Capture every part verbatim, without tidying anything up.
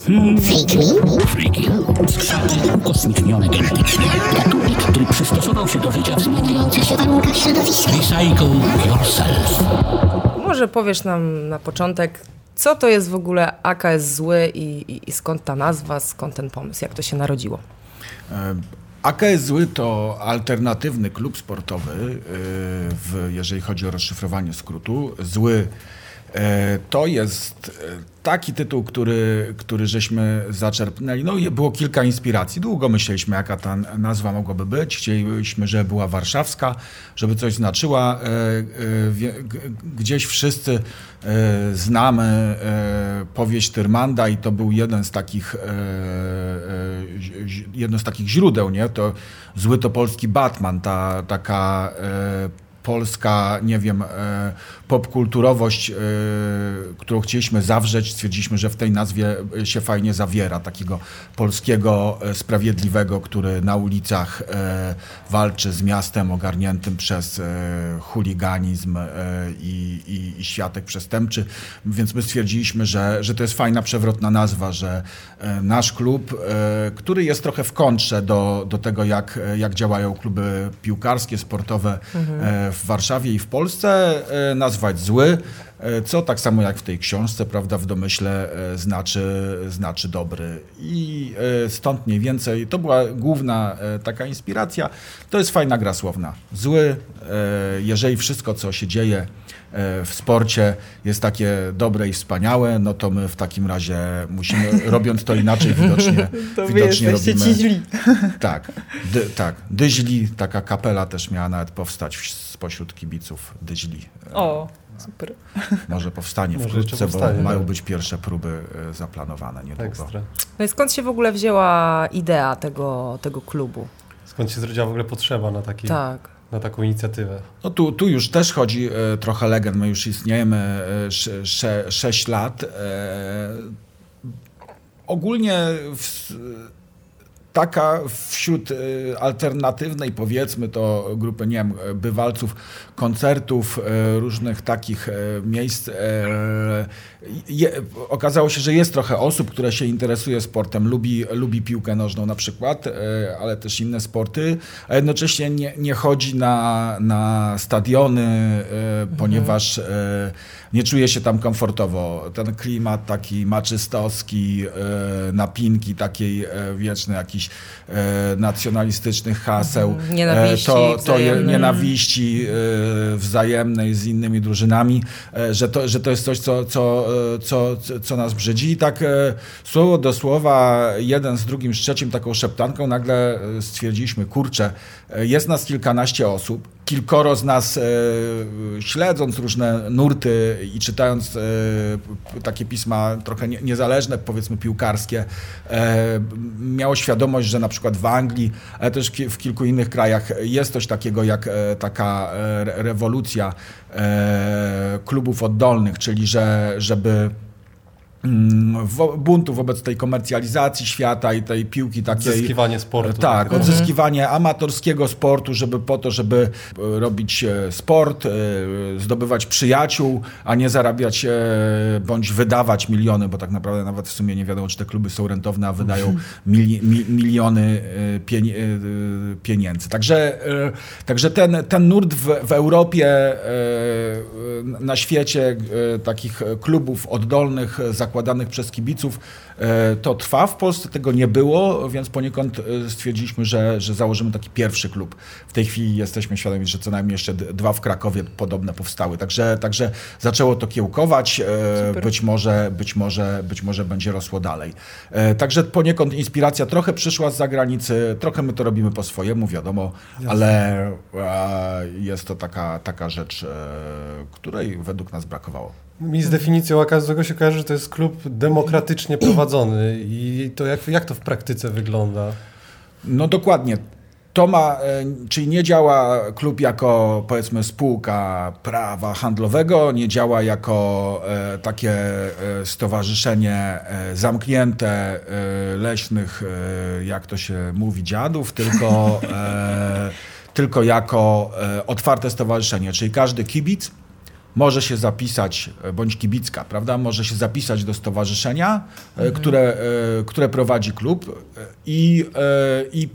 Freaky? Freaky? Skrzaki ukosmicznione genetycznie. Gatunek, który przystosował się do życia w zmieniających się warunkach środowiska. Recycle yourself. Może powiesz nam na początek, co to jest w ogóle A K S Zły i, i, i skąd ta nazwa, skąd ten pomysł, jak to się narodziło? A K S Zły to alternatywny klub sportowy, w, jeżeli chodzi o rozszyfrowanie skrótu. Zły to jest taki tytuł, który, który żeśmy zaczerpnęli. No i było kilka inspiracji. Długo myśleliśmy, jaka ta nazwa mogłaby być. Chcieliśmy, żeby była warszawska, żeby coś znaczyła. Gdzieś wszyscy znamy powieść Tyrmanda i to był jeden z takich, jedno z takich źródeł, nie? To Zły to polski Batman, ta taka polska, nie wiem, popkulturowość, którą chcieliśmy zawrzeć, stwierdziliśmy, że w tej nazwie się fajnie zawiera, takiego polskiego sprawiedliwego, który na ulicach walczy z miastem ogarniętym przez chuliganizm i, i, i światek przestępczy, więc my stwierdziliśmy, że, że to jest fajna, przewrotna nazwa, że nasz klub, który jest trochę w kontrze do, do tego, jak, jak działają kluby piłkarskie, sportowe mhm. w Warszawie i w Polsce, nazwać Zły, co tak samo jak w tej książce, prawda, w domyśle znaczy, znaczy dobry. I stąd mniej więcej, to była główna taka inspiracja, to jest fajna gra słowna. Zły, jeżeli wszystko, co się dzieje w sporcie jest takie dobre i wspaniałe, no to my w takim razie musimy, robiąc to inaczej, widocznie, to widocznie wy robimy. Ci źli. Tak, dy, tak. Dyźli, taka kapela też miała nawet powstać spośród kibiców Dyźli. O, super. Może powstanie Może wkrótce, powstanie, bo mają tak. być pierwsze próby zaplanowane niedługo. Ekstra. No i skąd się w ogóle wzięła idea tego, tego klubu? Skąd się zrodziła w ogóle potrzeba na taki... Tak. na taką inicjatywę? No tu, tu już też chodzi e, trochę legend, my już istniejemy e, sze, sze, sześć lat. E, ogólnie w, taka wśród e, alternatywnej, powiedzmy to grupy, nie wiem, bywalców koncertów, e, różnych takich e, miejsc, e, je, okazało się, że jest trochę osób, które się interesuje sportem, lubi, lubi piłkę nożną na przykład, e, ale też inne sporty, a jednocześnie nie, nie chodzi na, na stadiony, e, mhm. ponieważ e, nie czuje się tam komfortowo. Ten klimat taki maczystowski, e, napinki takiej e, wiecznej, jakichś e, nacjonalistycznych haseł, nienawiści, to, to je, wzajemnej. nienawiści e, wzajemnej z innymi drużynami, e, że, to, że to jest coś, co, co, co, co nas brzydzi. I tak e, słowo do słowa, jeden z drugim, z trzecim, taką szeptanką nagle stwierdziliśmy, kurczę, e, jest nas kilkanaście osób, kilkoro z nas, e, śledząc różne nurty i czytając e, takie pisma trochę nie, niezależne, powiedzmy piłkarskie, e, miało świadomość, że na przykład w Anglii, ale też w kilku innych krajach jest coś takiego jak e, taka e, rewolucja e, klubów oddolnych, czyli że, żeby Wo- buntu wobec tej komercjalizacji świata i tej piłki takiej... Odzyskiwanie sportu. Tak, Mhm. odzyskiwanie amatorskiego sportu, żeby po to, żeby robić sport, zdobywać przyjaciół, a nie zarabiać bądź wydawać miliony, bo tak naprawdę nawet w sumie nie wiadomo, czy te kluby są rentowne, a wydają mili- mi- miliony pieni- pieniędzy. Także, także ten, ten nurt w, w Europie, na świecie takich klubów oddolnych, zakładanych przez kibiców, to trwa. W Polsce tego nie było, więc poniekąd stwierdziliśmy, że, że założymy taki pierwszy klub. W tej chwili jesteśmy świadomi, że co najmniej jeszcze dwa w Krakowie podobne powstały. Także, także zaczęło to kiełkować. Super. Być może, być może, być może będzie rosło dalej. Także poniekąd inspiracja trochę przyszła z zagranicy, trochę my to robimy po swojemu, wiadomo, Jasne. ale jest to taka, taka rzecz, której według nas brakowało. Mi z definicją A K S Złego się kojarzy, że to jest klub demokratycznie prowadzony i to jak, jak to w praktyce wygląda? No dokładnie. To ma, czyli nie działa klub jako, powiedzmy, spółka prawa handlowego, nie działa jako e, takie e, stowarzyszenie e, zamknięte e, leśnych, e, jak to się mówi, dziadów, tylko, e, tylko jako e, otwarte stowarzyszenie, czyli każdy kibic może się zapisać, bądź kibicka, prawda, może się zapisać do stowarzyszenia, mhm. które, które prowadzi klub i, i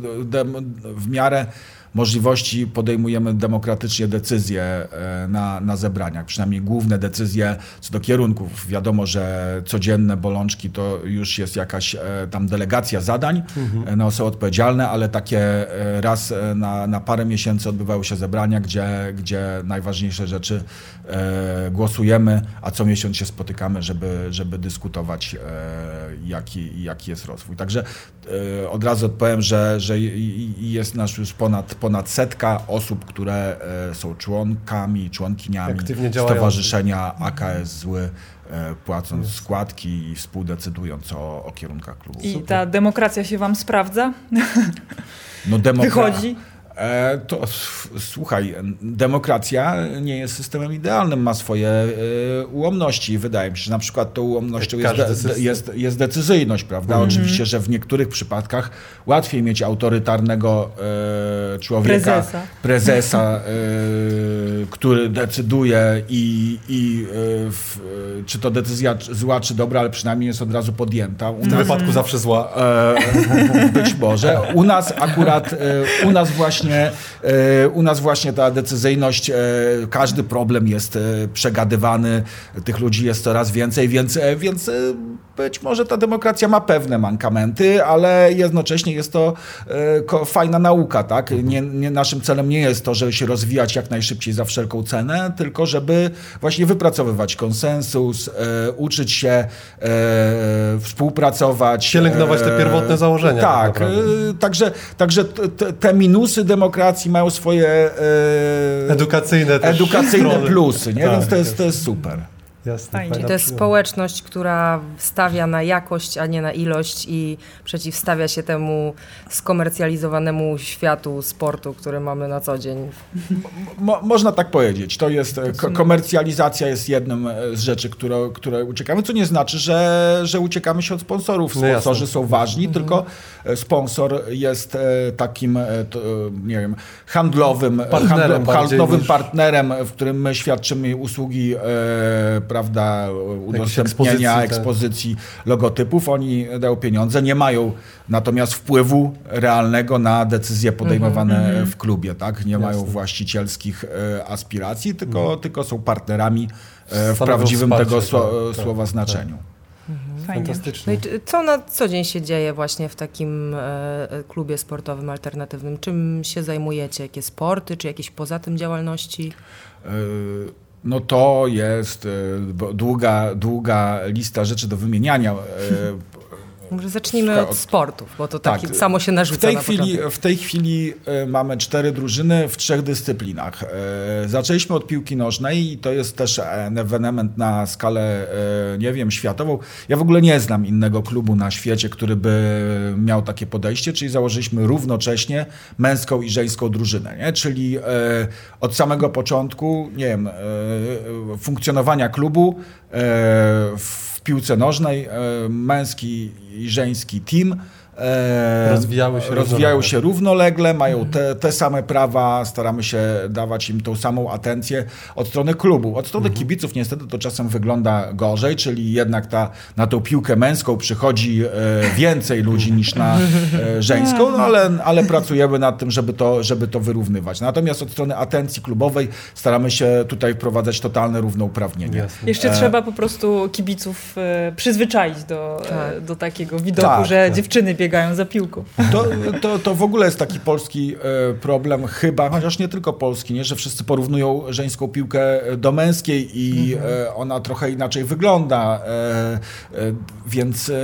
w miarę możliwości podejmujemy demokratycznie decyzje na, na zebraniach, przynajmniej główne decyzje co do kierunków. Wiadomo, że codzienne bolączki to już jest jakaś tam delegacja zadań mhm. na osoby odpowiedzialne, ale takie raz na, na parę miesięcy odbywały się zebrania, gdzie, gdzie najważniejsze rzeczy e, głosujemy, a co miesiąc się spotykamy, żeby, żeby dyskutować, e, jaki, jaki jest rozwój. Także e, od razu odpowiem, że, że jest nasz już ponad ponad setka osób, które e, są członkami, członkiniami Stowarzyszenia A K S Zły, e, płacąc jest. składki i współdecydując o, o kierunkach klubu. I Super. Ta demokracja się wam sprawdza? No demokra- Wychodzi? E, to słuchaj, demokracja nie jest systemem idealnym, ma swoje e, ułomności. Wydaje mi się, że na przykład tą ułomnością jest, de, jest, jest decyzyjność, prawda? Mm. Oczywiście, że w niektórych przypadkach łatwiej mieć autorytarnego e, człowieka, prezesa, prezesa e, który decyduje i, i e, w, e, czy to decyzja zła, czy dobra, ale przynajmniej jest od razu podjęta. U w tym nas, wypadku zawsze zła. E, być może. U nas akurat, e, u nas właśnie U nas właśnie ta decyzyjność, każdy problem jest przegadywany, tych ludzi jest coraz więcej, więc, więc być może ta demokracja ma pewne mankamenty, ale jednocześnie jest to fajna nauka, tak? Nie, nie, naszym celem nie jest to, żeby się rozwijać jak najszybciej za wszelką cenę, tylko żeby właśnie wypracowywać konsensus, uczyć się, współpracować. Pielęgnować te pierwotne założenia. Tak, tak także, także te, te minusy demokracji mają swoje e, edukacyjne, edukacyjne plusy, nie? Tak, więc to jest, to jest super. Jasne, Czyli to jest społeczność, która stawia na jakość, a nie na ilość i przeciwstawia się temu skomercjalizowanemu światu sportu, który mamy na co dzień. Mo, można tak powiedzieć. To jest, ko- komercjalizacja jest jednym z rzeczy, które, które uciekamy, co nie znaczy, że, że uciekamy się od sponsorów. Sponsorzy no są ważni, mhm. tylko sponsor jest takim, to, nie wiem, handlowym partnerem, handlowym niż... partnerem, w którym my świadczymy usługi e, prawda, udostępnienia, ekspozycji, ekspozycji logotypów. Oni dają pieniądze, nie mają natomiast wpływu realnego na decyzje podejmowane mm-hmm. w klubie, tak? Nie Jasne. mają właścicielskich e, aspiracji, tylko, mm. tylko są partnerami e, w prawdziwym wsparcie, tego sło, tak, słowa tak, znaczeniu. Tak. Fantastycznie. No i co na co dzień się dzieje właśnie w takim e, klubie sportowym alternatywnym? Czym się zajmujecie? Jakie sporty, czy jakieś poza tym działalności? E, No to jest długa, długa lista rzeczy do wymieniania. Może zacznijmy od sportów, bo to tak, tak samo się narzuca w tej na chwili, W tej chwili mamy cztery drużyny w trzech dyscyplinach. Zaczęliśmy od piłki nożnej i to jest też ewenement na skalę, nie wiem, światową. Ja w ogóle nie znam innego klubu na świecie, który by miał takie podejście, czyli założyliśmy równocześnie męską i żeńską drużynę, nie? Czyli od samego początku, nie wiem, funkcjonowania klubu w W piłce nożnej męski i żeński team rozwijały się, rozwijają się równolegle, mają te, te same prawa, staramy się dawać im tą samą atencję od strony klubu. Od strony mhm. kibiców niestety to czasem wygląda gorzej, czyli jednak ta, na tą piłkę męską przychodzi więcej ludzi niż na żeńską, no ale, ale pracujemy nad tym, żeby to, żeby to wyrównywać. Natomiast od strony atencji klubowej staramy się tutaj wprowadzać totalne równouprawnienie. Jasne. Jeszcze e... trzeba po prostu kibiców przyzwyczaić do, tak. do takiego widoku, tak, że tak. dziewczyny biegają za piłką. To, to, to w ogóle jest taki polski e, problem chyba, chociaż nie tylko polski, nie, że wszyscy porównują żeńską piłkę do męskiej i mhm. e, ona trochę inaczej wygląda, e, e, więc e,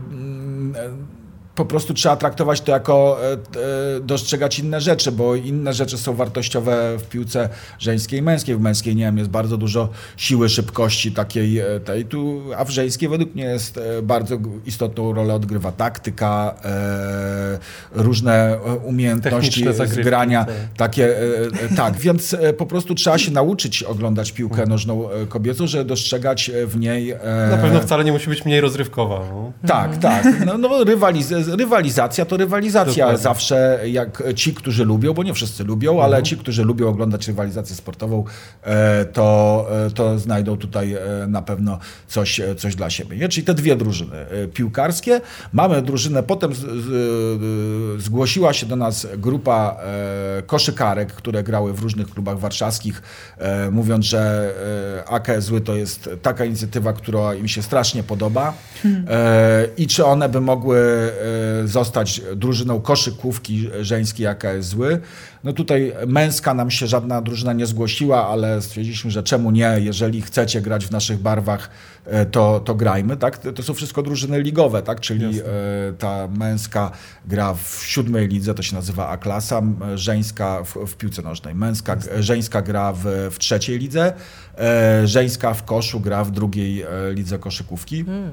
e, po prostu trzeba traktować to jako e, e, dostrzegać inne rzeczy, bo inne rzeczy są wartościowe w piłce żeńskiej i męskiej. W męskiej, nie wiem, jest bardzo dużo siły, szybkości takiej, tej, tu, a w żeńskiej według mnie jest e, bardzo istotną rolę odgrywa taktyka, e, różne umiejętności zgrania, takie, e, tak, więc e, po prostu trzeba się nauczyć oglądać piłkę nożną kobiecą, żeby dostrzegać w niej... E, Na pewno wcale nie musi być mniej rozrywkowa. No. Tak, tak, no, no rywalizacja rywalizacja to rywalizacja. Dokładnie. Zawsze jak ci, którzy lubią, bo nie wszyscy lubią, mhm. ale ci, którzy lubią oglądać rywalizację sportową, to, to znajdą tutaj na pewno coś, coś dla siebie. Nie? Czyli te dwie drużyny piłkarskie. Mamy drużynę, potem z, z, zgłosiła się do nas grupa koszykarek, które grały w różnych klubach warszawskich, mówiąc, że A K S Zły to jest taka inicjatywa, która im się strasznie podoba hmm. i czy one by mogły zostać drużyną koszykówki żeńskiej A K S Zły. No tutaj męska nam się żadna drużyna nie zgłosiła, ale stwierdziliśmy, że czemu nie, jeżeli chcecie grać w naszych barwach, to, to grajmy, tak? To są wszystko drużyny ligowe, tak? Czyli Jasne. ta męska gra w siódmej lidze, to się nazywa A-klasa, żeńska w, w piłce nożnej, męska, Jasne. żeńska gra w, w trzeciej lidze, żeńska w koszu gra w drugiej lidze koszykówki. Hmm.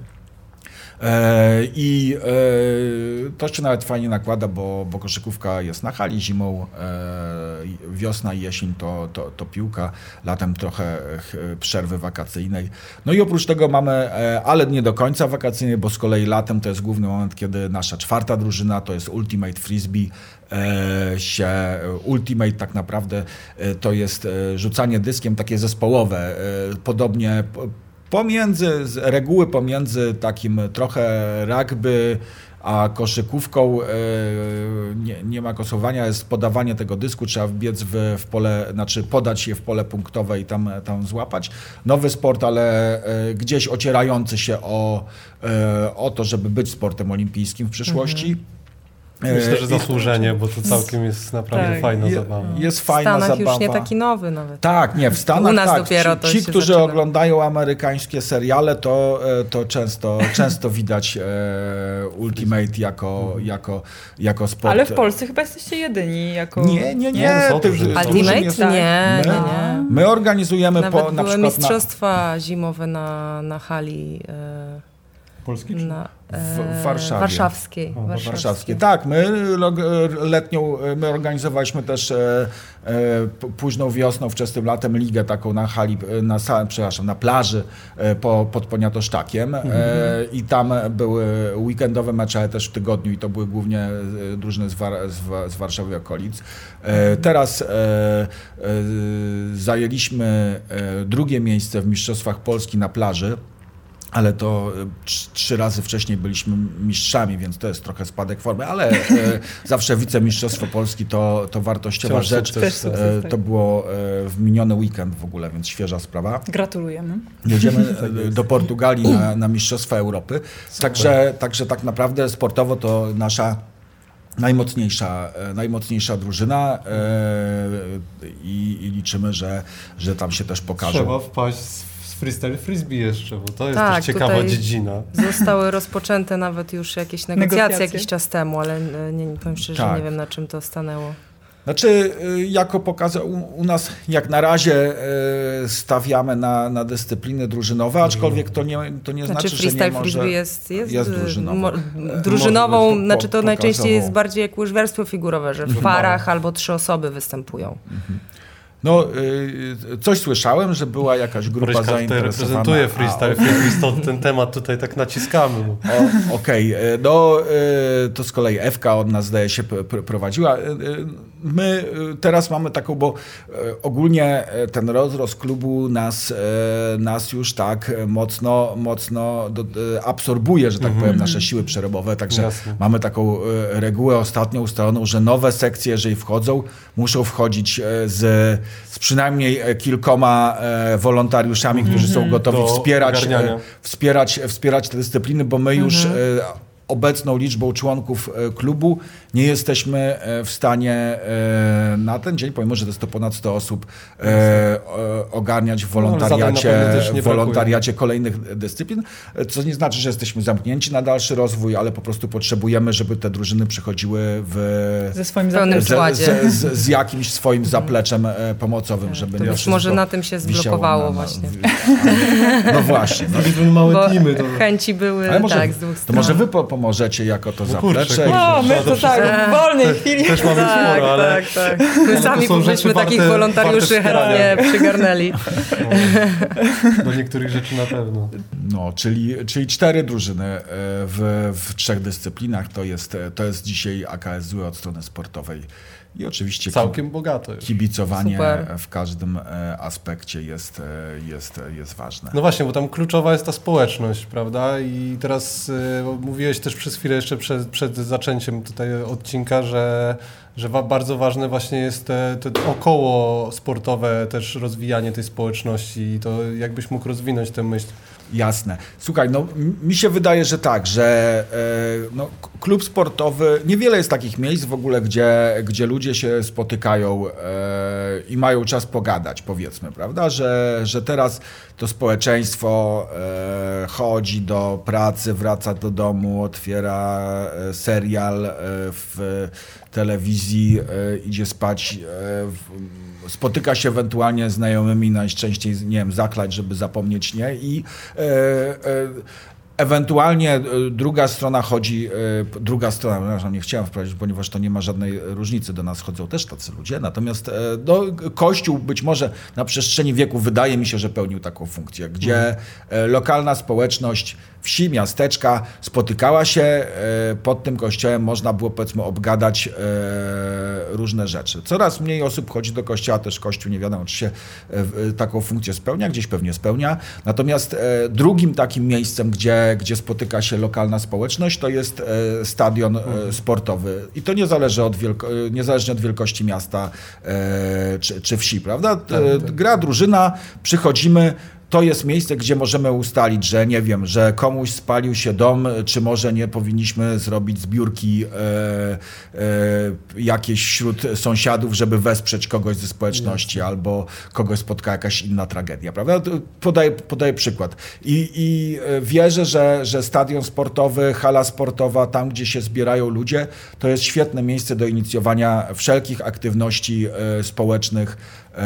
I to się nawet fajnie nakłada, bo, bo koszykówka jest na hali zimą, wiosna i jesień to, to, to piłka, latem trochę przerwy wakacyjnej. No i oprócz tego mamy, ale nie do końca wakacyjnej, bo z kolei latem to jest główny moment, kiedy nasza czwarta drużyna, to jest Ultimate Frisbee, się Ultimate tak naprawdę to jest rzucanie dyskiem takie zespołowe, podobnie pomiędzy, reguły pomiędzy takim trochę rugby a koszykówką, nie, nie ma kosowania, jest podawanie tego dysku, trzeba wbiec w, w pole, znaczy podać je w pole punktowe i tam, tam złapać. Nowy sport, ale gdzieś ocierający się o, o to, żeby być sportem olimpijskim w przyszłości. Mhm. Myślę, że zasłużenie, bo to całkiem jest naprawdę tak. fajna Je, zabawa. Jest fajna zabawa. W Stanach już nie taki nowy nawet. Tak, nie, w Stanach U nas tak. dopiero to Ci, się którzy zaczyna. oglądają amerykańskie seriale, to, to często, często widać e, Ultimate jako, jako, jako sport. Ale w Polsce chyba jesteście jedyni jako... Nie, nie, nie. nie no, Ty, Ultimate? jest, nie, nie, my, nie. My organizujemy Nawet po, na były przykład mistrzostwa na... zimowe na, na hali... E... Polski czy? Na, w, w Warszawie. Warszawskiej. O, warszawskiej. warszawskiej. Tak, my letnią, my organizowaliśmy też e, e, późną wiosną, wczesnym latem ligę taką na hali, na, przepraszam, na plaży e, po, pod Poniatoszczakiem mhm. e, i tam były weekendowe mecze, ale też w tygodniu i to były głównie drużyny z, War, z, z Warszawy i okolic. E, teraz e, e, zajęliśmy e, drugie miejsce w Mistrzostwach Polski na plaży. Ale to trzy razy wcześniej byliśmy mistrzami, więc to jest trochę spadek formy, ale e, zawsze wicemistrzostwo Polski to, to wartościowa Wciąż rzecz. Sukces, sukces, e, tak. To było e, w miniony weekend w ogóle, więc świeża sprawa. Gratulujemy. Jedziemy do Portugalii na, na Mistrzostwa Europy. Także, także tak naprawdę sportowo to nasza najmocniejsza, najmocniejsza drużyna e, i, i liczymy, że, że tam się też pokażą. Trzeba wpaść freestyle frisbee jeszcze, bo to jest tak, też ciekawa dziedzina. Zostały rozpoczęte nawet już jakieś negocjacje, negocjacje. jakiś czas temu, ale nie, nie powiem szczerze, tak. nie wiem na czym to stanęło. Znaczy, jako pokazał u, u nas jak na razie y, stawiamy na, na dyscypliny drużynowe, aczkolwiek to nie, to nie znaczy, znaczy, że nie może... Freestyle jest, jest, jest drużynową. Mo, drużynową, po, znaczy to najczęściej jest bardziej jak łyżwiarstwo figurowe, że w parach albo trzy osoby występują. Mhm. No, y, coś słyszałem, że była jakaś grupa Ryśka zainteresowana. reprezentuje freestyle, więc to ten temat tutaj tak naciskamy. Okej, okay. No y, to z kolei Ewka od nas zdaje się pr- prowadziła. Y, my teraz mamy taką, bo y, ogólnie ten rozrost klubu nas, y, nas już tak mocno, mocno do, y, absorbuje, że tak mm-hmm. powiem, nasze siły przerobowe, także Jasne. mamy taką y, regułę ostatnio ustaloną, że nowe sekcje, jeżeli wchodzą, muszą wchodzić y, z z przynajmniej kilkoma e, wolontariuszami, którzy mm-hmm. są gotowi Do wspierać, e, wspierać, wspierać te dyscypliny, bo my mm-hmm. już e, obecną liczbą członków e, klubu nie jesteśmy e, w stanie e, na ten dzień, pomimo że to jest to ponad sto osób, e, e, ogarniać w wolontariacie, no, w wolontariacie kolejnych dyscyplin, co nie znaczy, że jesteśmy zamknięci na dalszy rozwój, ale po prostu potrzebujemy, żeby te drużyny przychodziły w, ze swoim zapleczem. Z, z, z, z jakimś swoim zapleczem e, pomocowym, tak, żeby to nie być może na tym się zblokowało na, na, właśnie. No właśnie. No, małe bo teamy. To... chęci były ale może, tak, z dwóch to stron. może wy po, pomożecie jako to No zaplecze. kurczę, No, my to tak, w wolnej chwili. Też mamy Tak, sporo, ale... tak, tak. My sami są rzeczy byśmy takich warte- wolontariuszy warte wspierania. chętnie przygarnęli. No, do niektórych rzeczy na pewno. No, czyli, czyli cztery drużyny e, w, w trzech dyscyplinach. To jest, to jest dzisiaj A K S zły od strony sportowej. I oczywiście Całkiem bogato jest. kibicowanie Super. w każdym e, aspekcie jest, e, jest, jest ważne. No właśnie, bo tam kluczowa jest ta społeczność, prawda? I teraz y, mówiłeś też przez chwilę jeszcze przed, przed zaczęciem tutaj odcinka, że, że wa- bardzo ważne właśnie jest te, te około sportowe też rozwijanie tej społeczności i to jakbyś mógł rozwinąć tę myśl. Jasne. Słuchaj, no m- mi się wydaje, że tak, że e, no, k- klub sportowy, niewiele jest takich miejsc w ogóle, gdzie, gdzie ludzie się spotykają e, i mają czas pogadać, powiedzmy, prawda, że, że teraz to społeczeństwo e, chodzi do pracy, wraca do domu, otwiera e, serial e, w telewizji, e, idzie spać, e, w, spotyka się ewentualnie z znajomymi, najczęściej, nie wiem, zaklać, żeby zapomnieć, nie? I e, e, ewentualnie druga strona chodzi, e, druga strona, przepraszam, nie chciałem wprowadzić, ponieważ to nie ma żadnej różnicy, do nas chodzą też tacy ludzie, natomiast e, no, Kościół być może na przestrzeni wieku wydaje mi się, że pełnił taką funkcję, gdzie e, lokalna społeczność wsi, miasteczka spotykała się, e, pod tym kościołem można było, powiedzmy, obgadać e, różne rzeczy. Coraz mniej osób chodzi do kościoła, też Kościół nie wiadomo, czy się e, taką funkcję spełnia, gdzieś pewnie spełnia. Natomiast e, drugim takim miejscem, gdzie, gdzie spotyka się lokalna społeczność, to jest e, stadion e, sportowy. I to nie zależy od wielko, niezależnie od wielkości miasta e, czy, czy wsi, prawda? E, gra drużyna, przychodzimy. To jest miejsce, gdzie możemy ustalić, że nie wiem, że komuś spalił się dom, czy może nie powinniśmy zrobić zbiórki e, e, jakieś wśród sąsiadów, żeby wesprzeć kogoś ze społeczności, nie. Albo kogoś spotka jakaś inna tragedia, prawda? Podaję, podaję przykład. I, i wierzę, że, że stadion sportowy, hala sportowa, tam gdzie się zbierają ludzie, to jest świetne miejsce do inicjowania wszelkich aktywności e, społecznych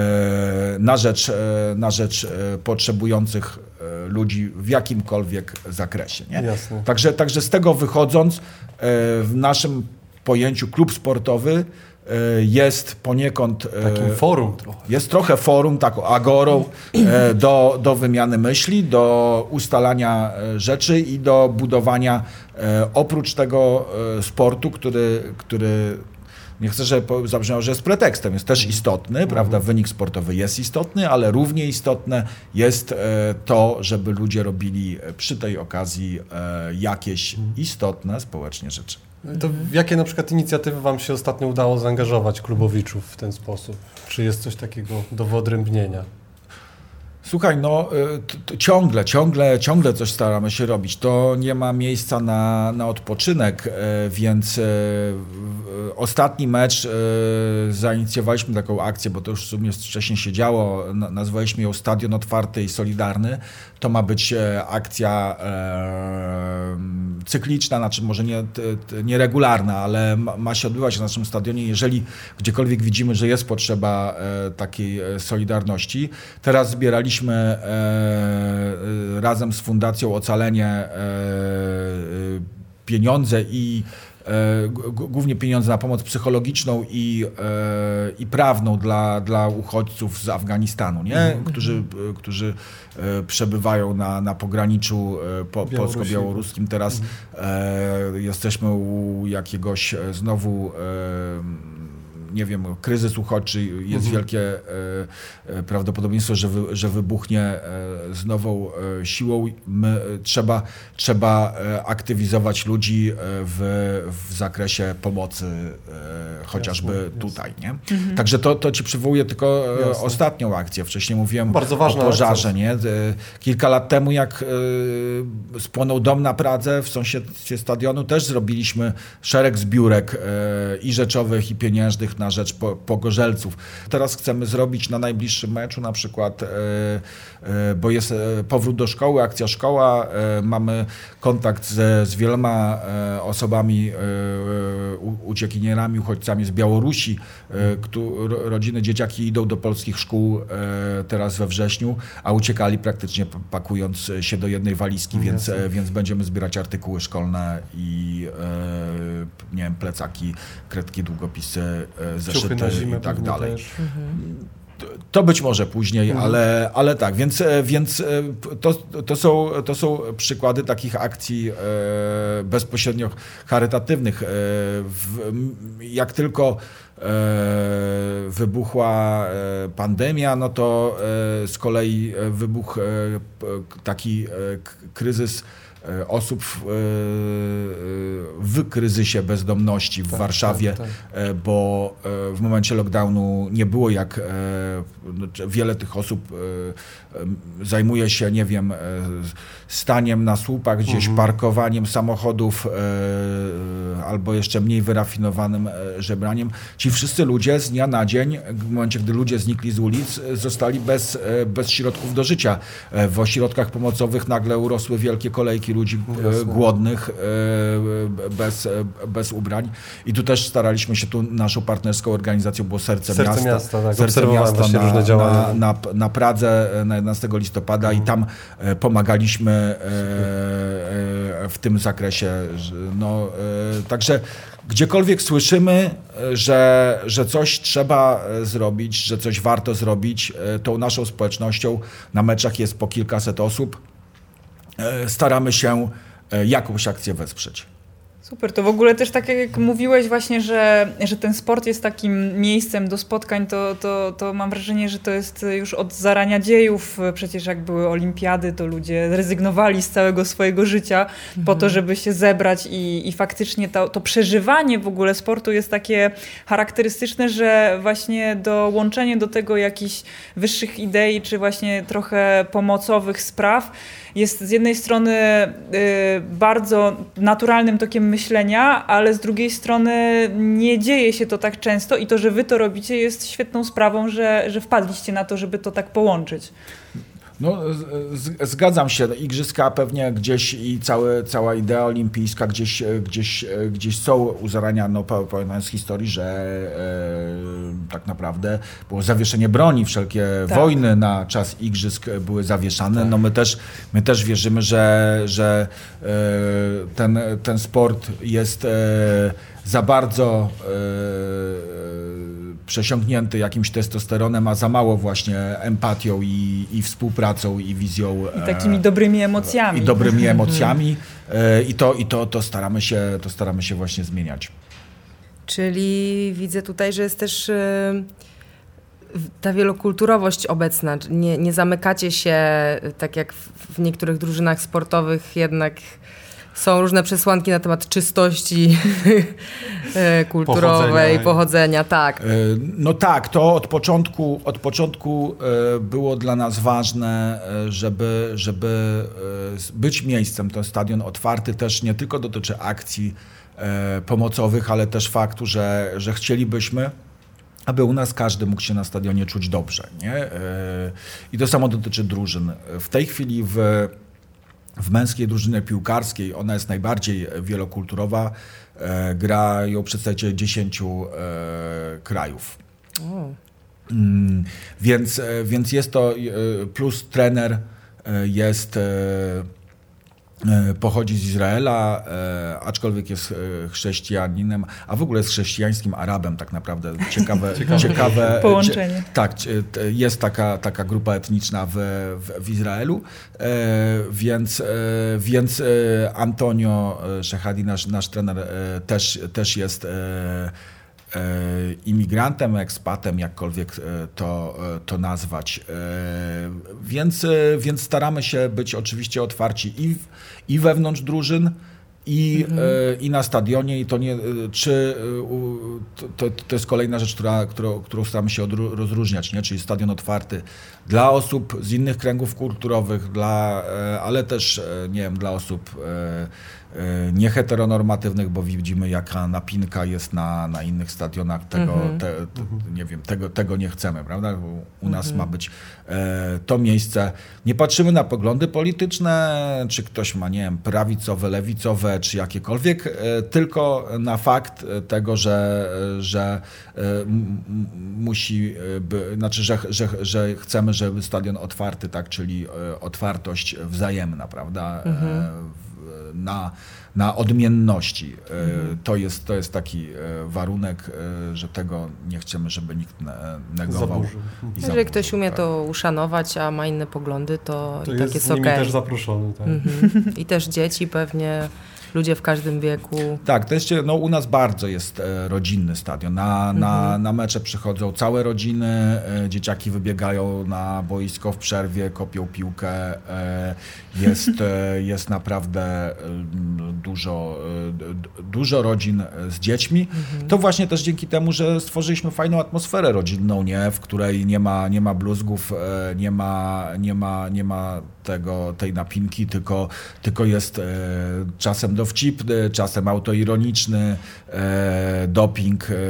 e, na rzecz, e, na rzecz e, potrzebujących ludzi w jakimkolwiek zakresie. Nie? Jasne. Także, także z tego wychodząc, w naszym pojęciu klub sportowy jest poniekąd... Takim forum trochę. Jest trochę forum, taką agorą do, do wymiany myśli, do ustalania rzeczy i do budowania oprócz tego sportu, który... który nie chcę, żeby zabrzmiało, że jest pretekstem. Jest też istotny, mhm. prawda? Wynik sportowy jest istotny, ale równie istotne jest to, żeby ludzie robili przy tej okazji jakieś mhm. istotne społecznie rzeczy. To w jakie na przykład inicjatywy wam się ostatnio udało zaangażować klubowiczów w ten sposób? Czy jest coś takiego do wyodrębnienia? Słuchaj, no t, t, ciągle, ciągle, ciągle coś staramy się robić. To nie ma miejsca na, na odpoczynek, e, więc e, w, ostatni mecz e, zainicjowaliśmy taką akcję, bo to już w sumie wcześniej się działo, na, nazwaliśmy ją Stadion Otwarty i Solidarny. To ma być e, akcja e, cykliczna, znaczy może nie, t, t, nieregularna, ale ma, ma się odbywać na naszym stadionie, jeżeli gdziekolwiek widzimy, że jest potrzeba e, takiej e, solidarności. Teraz zbieraliśmy E, e, razem z Fundacją Ocalenie e, e, pieniądze i e, g- głównie pieniądze na pomoc psychologiczną i, e, i prawną dla, dla uchodźców z Afganistanu, nie? Mhm. którzy, którzy e, przebywają na, na pograniczu e, po, polsko-białoruskim. Teraz e, jesteśmy u jakiegoś e, znowu e, nie wiem, kryzys uchodźczy, jest mhm. wielkie e, e, prawdopodobieństwo, że, wy, że wybuchnie e, z nową e, siłą. My, e, trzeba, trzeba e, aktywizować ludzi e, w, w zakresie pomocy e, chociażby jasne, tutaj. Nie? Mhm. Także to, to ci przywołuję tylko e, ostatnią akcję. Wcześniej mówiłem bardzo ważna o pożarze. Nie? E, kilka lat temu, jak e, spłonął dom na Pradze w sąsiedztwie stadionu, też zrobiliśmy szereg zbiórek e, i rzeczowych, i pieniężnych, sportowych na rzecz pogorzelców. Teraz chcemy zrobić na najbliższym meczu na przykład, bo jest powrót do szkoły, akcja szkoła, mamy kontakt z, z wieloma osobami, uciekinierami, uchodźcami z Białorusi, rodziny, dzieciaki idą do polskich szkół teraz we wrześniu, a uciekali praktycznie pakując się do jednej walizki, więc, więc będziemy zbierać artykuły szkolne i nie wiem, plecaki, kredki, długopisy, zeszyty i tak dalej. To być może później, mhm. ale, ale tak, więc, więc to, to, są, to są przykłady takich akcji e, bezpośrednio charytatywnych. E, w, jak tylko e, wybuchła pandemia, no to e, z kolei wybuchł e, taki e, kryzys osób w, w kryzysie bezdomności w tak, Warszawie, tak, tak. bo w momencie lockdownu nie było jak wiele tych osób zajmuje się, nie wiem, staniem na słupach gdzieś, mhm. parkowaniem samochodów albo jeszcze mniej wyrafinowanym żebraniem. Ci wszyscy ludzie z dnia na dzień, w momencie, gdy ludzie znikli z ulic, zostali bez, bez środków do życia. W ośrodkach pomocowych nagle urosły wielkie kolejki ludzi Jasne. głodnych, bez, bez ubrań. I tu też staraliśmy się, tu naszą partnerską organizacją było Serce, Serce Miasta. Miasta, tak. Serce Miasta na, różne działania. Na, na, na Pradze na jedenastego listopada mhm. i tam pomagaliśmy w tym zakresie. No, także gdziekolwiek słyszymy, że, że coś trzeba zrobić, że coś warto zrobić, tą naszą społecznością na meczach jest po kilkaset osób. Staramy się jakąś akcję wesprzeć. Super, to w ogóle też tak jak mówiłeś właśnie, że, że ten sport jest takim miejscem do spotkań, to, to, to mam wrażenie, że to jest już od zarania dziejów. Przecież jak były olimpiady, to ludzie rezygnowali z całego swojego życia mhm. po to, żeby się zebrać i, i faktycznie to, to przeżywanie w ogóle sportu jest takie charakterystyczne, że właśnie dołączenie do tego jakichś wyższych idei, czy właśnie trochę pomocowych spraw jest z jednej strony y, bardzo naturalnym tokiem myślenia, ale z drugiej strony nie dzieje się to tak często i to, że wy to robicie, jest świetną sprawą, że, że wpadliście na to, żeby to tak połączyć. No, z, zgadzam się. Igrzyska pewnie gdzieś i całe, cała idea olimpijska gdzieś, gdzieś, gdzieś są u zarania, no pamiętam z historii, że e, tak naprawdę było zawieszenie broni, wszelkie tak. wojny na czas igrzysk były zawieszane. Tak. No my też, my też wierzymy, że, że e, ten, ten sport jest e, za bardzo e, przesiąknięty jakimś testosteronem, a za mało właśnie empatią i, i współpracą i wizją. I takimi dobrymi emocjami. I dobrymi emocjami. I, to, i to, to, staramy się, to staramy się właśnie zmieniać. Czyli widzę tutaj, że jest też ta wielokulturowość obecna. Nie, nie zamykacie się, tak jak w niektórych drużynach sportowych jednak są różne przesłanki na temat czystości kulturowej, pochodzenia. pochodzenia, tak. No tak, to od początku, od początku było dla nas ważne, żeby, żeby być miejscem, ten stadion otwarty też nie tylko dotyczy akcji pomocowych, ale też faktu, że, że chcielibyśmy, aby u nas każdy mógł się na stadionie czuć dobrze. Nie? I to samo dotyczy drużyn. W tej chwili w W męskiej drużynie piłkarskiej, ona jest najbardziej wielokulturowa, e, grają przedstawiciele dziesięciu e, krajów. Mm, więc, e, więc jest to, e, plus trener e, jest, e, e, pochodzi z Izraela, e, aczkolwiek jest e, chrześcijaninem, a w ogóle jest chrześcijańskim Arabem tak naprawdę. Ciekawe, ciekawe, ciekawe połączenie. Cie, tak, jest taka, taka grupa etniczna w, w, w Izraelu, e, więc, e, więc e, Antonio Szechadi, nasz, nasz trener, e, też, też jest e, imigrantem, ekspatem, jakkolwiek to, to nazwać. Więc, więc staramy się być oczywiście otwarci i, w, i wewnątrz drużyn, i, mhm. i na stadionie. I to nie, czy to, to jest kolejna rzecz, która, którą, którą staramy się odru, rozróżniać, nie? Czyli stadion otwarty dla osób z innych kręgów kulturowych, dla, ale też nie wiem, dla osób nieheteronormatywnych, bo widzimy, jaka napinka jest na, na innych stadionach. Tego, mm-hmm. te, te, nie wiem, tego, tego nie chcemy, prawda? Bo u nas mm-hmm. ma być e, to miejsce. Nie patrzymy na poglądy polityczne, czy ktoś ma, nie wiem, prawicowe, lewicowe, czy jakiekolwiek, e, tylko na fakt tego, że, że e, m, musi, by, znaczy, że, że, że chcemy, żeby stadion otwarty, tak, czyli e, otwartość wzajemna, prawda? Mm-hmm. E, na, na odmienności. Mhm. To jest, to jest taki warunek, że tego nie chcemy, żeby nikt negował. Zaburzył. I Jeżeli ktoś umie tak. to uszanować, a ma inne poglądy, to, to i tak jest okej. Okay. też zaproszony. Tak. Mhm. I też dzieci pewnie, ludzie w każdym wieku. Tak, to jest, no u nas bardzo jest e, rodzinny stadion. Na, mhm. na, na mecze przychodzą całe rodziny, e, dzieciaki wybiegają na boisko w przerwie, kopią piłkę. E, jest, e, jest naprawdę e, dużo, e, dużo rodzin z dziećmi. Mhm. To właśnie też dzięki temu, że stworzyliśmy fajną atmosferę rodzinną, nie? W której nie ma, nie ma bluzgów, e, nie ma, nie ma, nie ma tego, tej napinki, tylko, tylko jest e, czasem dowcipny, czasem autoironiczny, e, doping e, e,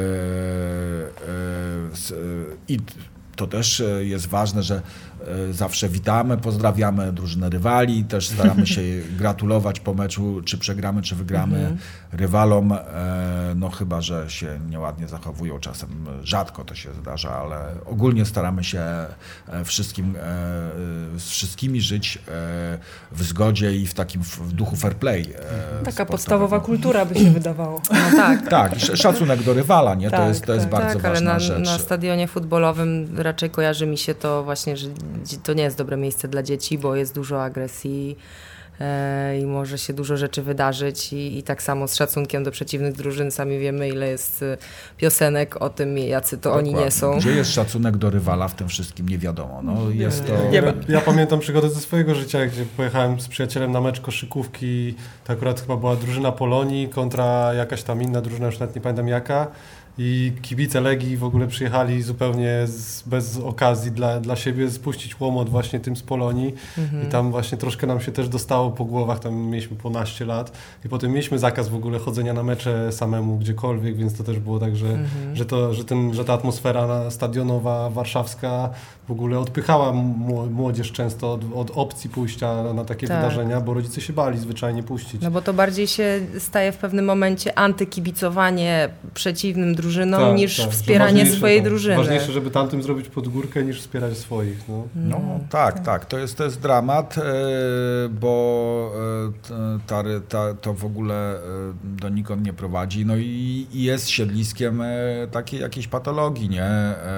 s, e, i to też jest ważne, że zawsze witamy, pozdrawiamy drużynę rywali, też staramy się gratulować po meczu, czy przegramy, czy wygramy mhm. rywalom, no chyba, że się nieładnie zachowują czasem, rzadko to się zdarza, ale ogólnie staramy się wszystkim, z wszystkimi żyć w zgodzie i w takim w duchu fair play. Taka podstawowa kultura by się wydawało. No tak. Tak, szacunek do rywala, nie? Tak, to jest, to jest tak, bardzo tak, ważna ale na, rzecz. na stadionie futbolowym raczej kojarzy mi się to właśnie, że to nie jest dobre miejsce dla dzieci, bo jest dużo agresji e, i może się dużo rzeczy wydarzyć i, i tak samo z szacunkiem do przeciwnych drużyn sami wiemy, ile jest piosenek o tym, jacy to Dokładnie. Oni nie są. Gdzie jest szacunek do rywala w tym wszystkim, nie wiadomo. No, jest to... ja, ja pamiętam przygodę ze swojego życia, gdzie pojechałem z przyjacielem na mecz koszykówki, to akurat chyba była drużyna Polonii kontra jakaś tam inna drużyna, już nawet nie pamiętam jaka. I kibice Legii w ogóle przyjechali zupełnie z, bez okazji dla, dla siebie spuścić łomot właśnie tym z Polonii mhm. i tam właśnie troszkę nam się też dostało po głowach, tam mieliśmy ponadto lat i potem mieliśmy zakaz w ogóle chodzenia na mecze samemu gdziekolwiek, więc to też było tak, że, mhm. że, to, że, ten, że ta atmosfera stadionowa, warszawska w ogóle odpychała młodzież często od, od opcji pójścia na, na takie tak. wydarzenia, bo rodzice się bali zwyczajnie puścić. No bo to bardziej się staje w pewnym momencie antykibicowanie przeciwnym drużynom tak, niż tak, wspieranie swojej tak, drużyny. Ważniejsze, żeby tamtym zrobić podgórkę niż wspierać swoich. No, no tak, tak, tak. To jest, to jest dramat, bo ta, ta, to w ogóle donikąd nie prowadzi. No i, i jest siedliskiem takiej jakiejś patologii, nie?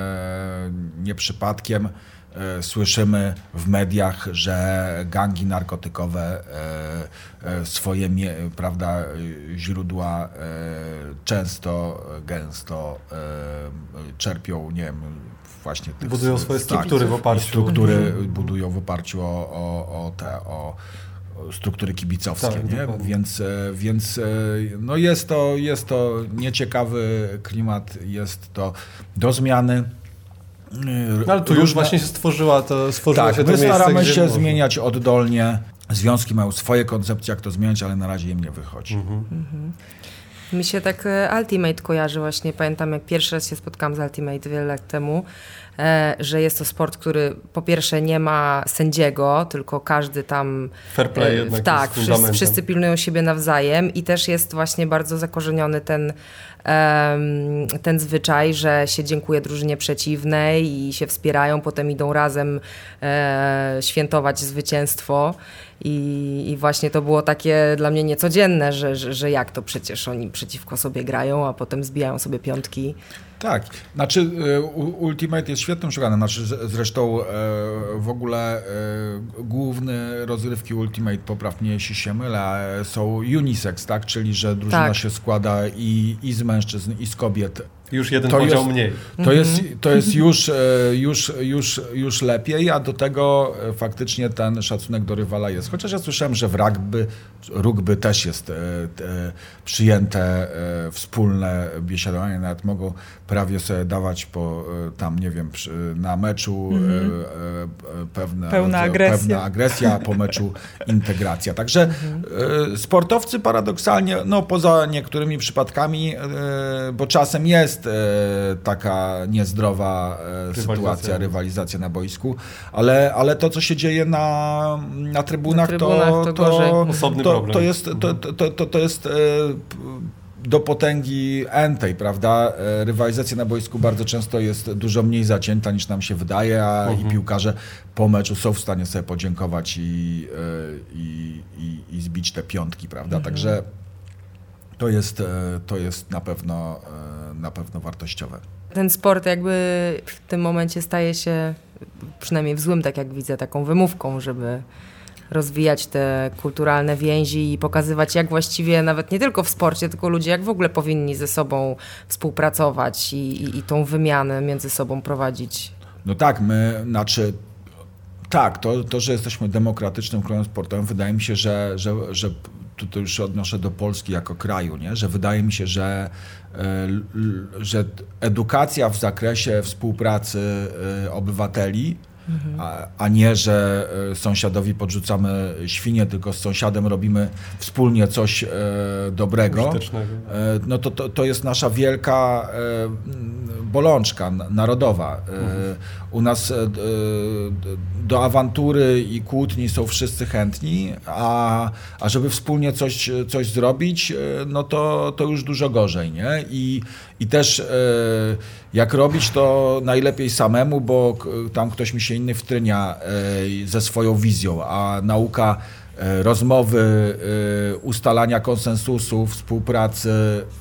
Nie przypadkiem słyszymy w mediach, że gangi narkotykowe swoje, prawda, źródła często, gęsto czerpią, nie wiem, właśnie tych... Budują swoje struktury tak, w oparciu. Struktury mhm. budują w oparciu o, o, o te... O, struktury kibicowskie, tak, nie? Więc, więc no jest to, jest to nieciekawy klimat, jest to do zmiany. No, ale tu Różne... już właśnie się stworzyła to, stworzyło tak, się to my miejsce, staramy gdzie się można. zmieniać oddolnie. Związki mają swoje koncepcje, jak to zmieniać, ale na razie im nie wychodzi. Mhm. Mhm. Mi się tak Ultimate kojarzy właśnie. Pamiętam, jak pierwszy raz się spotkałam z Ultimate wiele lat temu, e, że jest to sport, który po pierwsze nie ma sędziego, tylko każdy tam... Fair play jednak e, Tak, jest wszyscy, wszyscy pilnują siebie nawzajem i też jest właśnie bardzo zakorzeniony ten, e, ten zwyczaj, że się dziękuję drużynie przeciwnej i się wspierają, potem idą razem e, świętować zwycięstwo. I, I właśnie to było takie dla mnie niecodzienne, że, że, że jak to przecież oni przeciwko sobie grają, a potem zbijają sobie piątki. Tak, znaczy Ultimate jest świetnym przykładem, znaczy zresztą w ogóle główny rozgrywki Ultimate, popraw mnie jeśli się mylę, są unisex, tak, czyli że drużyna tak. się składa i, i z mężczyzn, i z kobiet. Już jeden to podział jest, mniej. To jest, to jest już, już, już, już lepiej, a do tego faktycznie ten szacunek do rywala jest. Chociaż ja słyszałem, że w rugby, rugby też jest przyjęte wspólne biesiadowanie, nawet mogą prawie sobie dawać po tam, nie wiem, na meczu mhm. pewne, pełna, agresja. pewna agresja, a po meczu integracja. Także mhm. sportowcy paradoksalnie, no poza niektórymi przypadkami, bo czasem jest taka niezdrowa rywalizacja. sytuacja, rywalizacja na boisku, ale, ale to, co się dzieje na, na trybunach, na trybunach to, to, to, Osobny to, problem. to jest, to, to, to, to jest do potęgi entej, prawda? Rywalizacja na boisku bardzo często jest dużo mniej zacięta niż nam się wydaje, a uh-huh. i piłkarze po meczu są w stanie sobie podziękować i, i, i, i zbić te piątki, prawda? Uh-huh. Także to jest, to jest na pewno, na pewno wartościowe. Ten sport jakby w tym momencie staje się, przynajmniej w złym, tak jak widzę, taką wymówką, żeby rozwijać te kulturalne więzi i pokazywać, jak właściwie nawet nie tylko w sporcie, tylko ludzie jak w ogóle powinni ze sobą współpracować i, i, i tą wymianę między sobą prowadzić. No tak, my, znaczy tak, to, to że jesteśmy demokratycznym klubem sportowym, wydaje mi się, że, że, że tu to już odnoszę do Polski jako kraju, nie? Że wydaje mi się, że, że edukacja w zakresie współpracy obywateli, A, a nie, że sąsiadowi podrzucamy świnię, tylko z sąsiadem robimy wspólnie coś e, dobrego, e, no to, to, to jest nasza wielka e, bolączka narodowa. E, mhm. U nas e, do awantury i kłótni są wszyscy chętni, a, a żeby wspólnie coś, coś zrobić, no to, to już dużo gorzej, nie? I, i też e, jak robić, to najlepiej samemu, bo tam ktoś mi się inny wtrynia ze swoją wizją, a nauka rozmowy, ustalania konsensusu, współpracy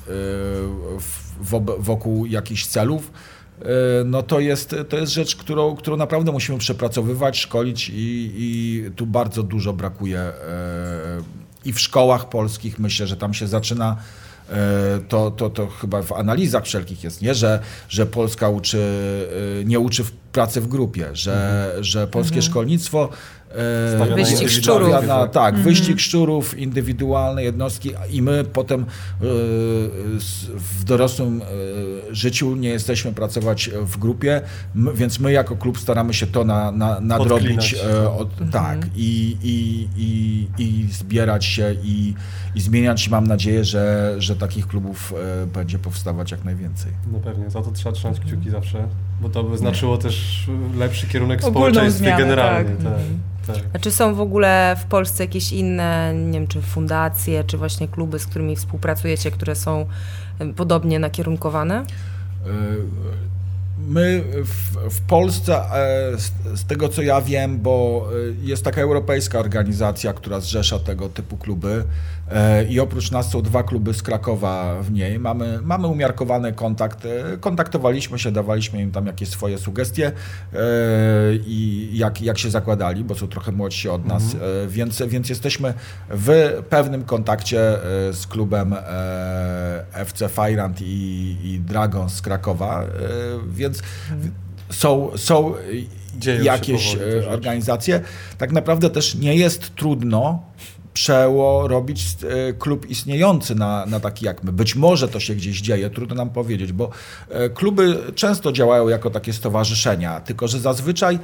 wokół jakichś celów, no to jest, to jest rzecz, którą, którą naprawdę musimy przepracowywać, szkolić i, i tu bardzo dużo brakuje i w szkołach polskich. Myślę, że tam się zaczyna. To, to, to chyba w analizach wszelkich jest, nie? Że, że Polska uczy, nie uczy w pracy w grupie, że, mhm. że polskie mhm. szkolnictwo e, wyścig szczurów. Na, tak, mhm. wyścig szczurów, indywidualne jednostki i my potem e, w dorosłym e, życiu nie jesteśmy pracować w grupie, my, więc my jako klub staramy się to na, na, nadrobić, e, od, mhm. tak, i, i, i, i zbierać się i, i zmieniać. Mam nadzieję, że, że takich klubów e, będzie powstawać jak najwięcej. No pewnie, za to trzeba trzymać kciuki zawsze, bo to by znaczyło też lepszy kierunek w Ogólną społeczeństwie zmianę, generalnie. tak. Tak, tak. A czy są w ogóle w Polsce jakieś inne, nie wiem, czy fundacje, czy właśnie kluby, z którymi współpracujecie, które są podobnie nakierunkowane? My w, w Polsce, z, z tego co ja wiem, bo jest taka europejska organizacja, która zrzesza tego typu kluby i oprócz nas są dwa kluby z Krakowa w niej. Mamy, mamy umiarkowany kontakt, kontaktowaliśmy się, dawaliśmy im tam jakieś swoje sugestie i jak, jak się zakładali, bo są trochę młodsi od nas, mhm. więc, więc jesteśmy w pewnym kontakcie z klubem F C Fajrant i, i Dragon z Krakowa, więc mhm. są, są jakieś organizacje. Tak naprawdę też nie jest trudno przerobić klub istniejący na, na taki jak my. Być może to się gdzieś dzieje, trudno nam powiedzieć, bo kluby często działają jako takie stowarzyszenia, tylko że zazwyczaj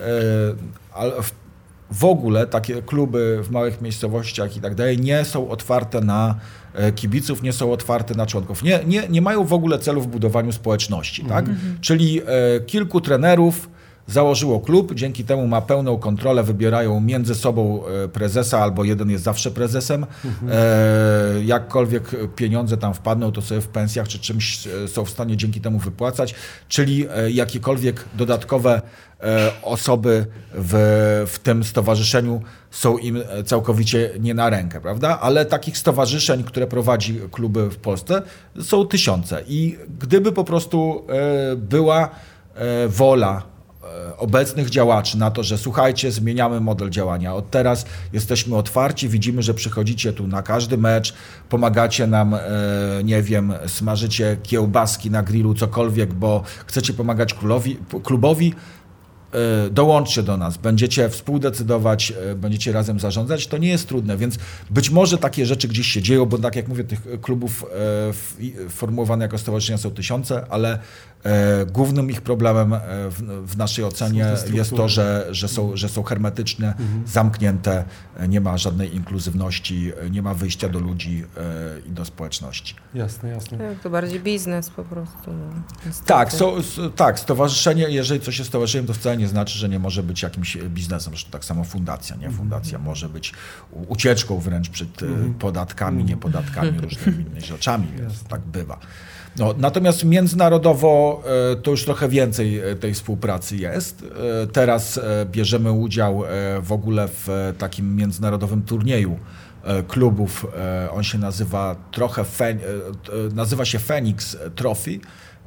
w ogóle takie kluby w małych miejscowościach i tak dalej nie są otwarte na kibiców, nie są otwarte na członków. Nie, nie, nie mają w ogóle celu w budowaniu społeczności, tak? Mm-hmm. Czyli kilku trenerów założyło klub, dzięki temu ma pełną kontrolę, wybierają między sobą prezesa, albo jeden jest zawsze prezesem. Mhm. E, jakkolwiek pieniądze tam wpadną, to sobie w pensjach czy czymś są w stanie dzięki temu wypłacać, czyli jakiekolwiek dodatkowe e, osoby w, w tym stowarzyszeniu są im całkowicie nie na rękę, prawda? Ale takich stowarzyszeń, które prowadzi kluby w Polsce, są tysiące i gdyby po prostu e, była e, wola obecnych działaczy na to, że słuchajcie, zmieniamy model działania. Od teraz jesteśmy otwarci, widzimy, że przychodzicie tu na każdy mecz, pomagacie nam, e, nie wiem, smażycie kiełbaski na grillu, cokolwiek, bo chcecie pomagać królowi, klubowi, e, dołączcie do nas, będziecie współdecydować, e, będziecie razem zarządzać. To nie jest trudne, więc być może takie rzeczy gdzieś się dzieją, bo tak jak mówię, tych klubów e, f, formułowanych jako stowarzyszenia są tysiące, ale E, głównym ich problemem e, w, w naszej ocenie jest to, że, że, są, że są hermetyczne, mhm. zamknięte, nie ma żadnej inkluzywności, nie ma wyjścia do ludzi e, i do społeczności. Jasne, jasne. Tak, to bardziej biznes po prostu. No. Tak, so, so, tak, stowarzyszenie, jeżeli coś jest stowarzyszeniem, to wcale nie znaczy, że nie może być jakimś biznesem. Zresztą tak samo fundacja, nie? Fundacja mhm. może być ucieczką wręcz przed mhm. podatkami, niepodatkami, mhm. różnymi innymi rzeczami, więc tak bywa. No, natomiast międzynarodowo e, to już trochę więcej tej współpracy jest. E, teraz e, bierzemy udział e, w ogóle w e, takim międzynarodowym turnieju e, klubów. E, on się nazywa trochę Fen- e, nazywa się Phoenix Trophy.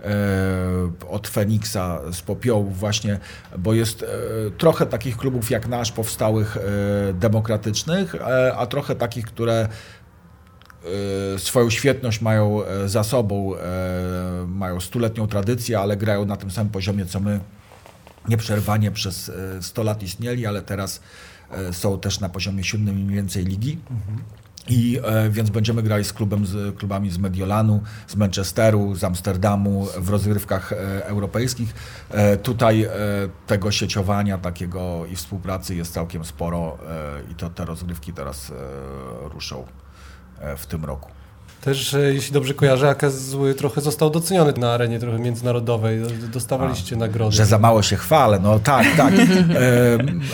E, od Feniksa z popiołów właśnie, bo jest e, trochę takich klubów jak nasz powstałych e, demokratycznych, e, a trochę takich, które swoją świetność mają za sobą, mają stuletnią tradycję, ale grają na tym samym poziomie, co my nieprzerwanie przez sto lat istnieli, ale teraz są też na poziomie siódmym mniej więcej ligi. Mhm. I e, więc będziemy grali z, klubem, z klubami z Mediolanu, z Manchesteru, z Amsterdamu w rozgrywkach e, europejskich. E, tutaj e, tego sieciowania takiego i współpracy jest całkiem sporo e, i to te rozgrywki teraz e, ruszą w tym roku. Też, jeśli dobrze kojarzę, A K S trochę został doceniony na arenie trochę międzynarodowej. Dostawaliście A, nagrody. Że za mało się chwalę, no tak, tak. e,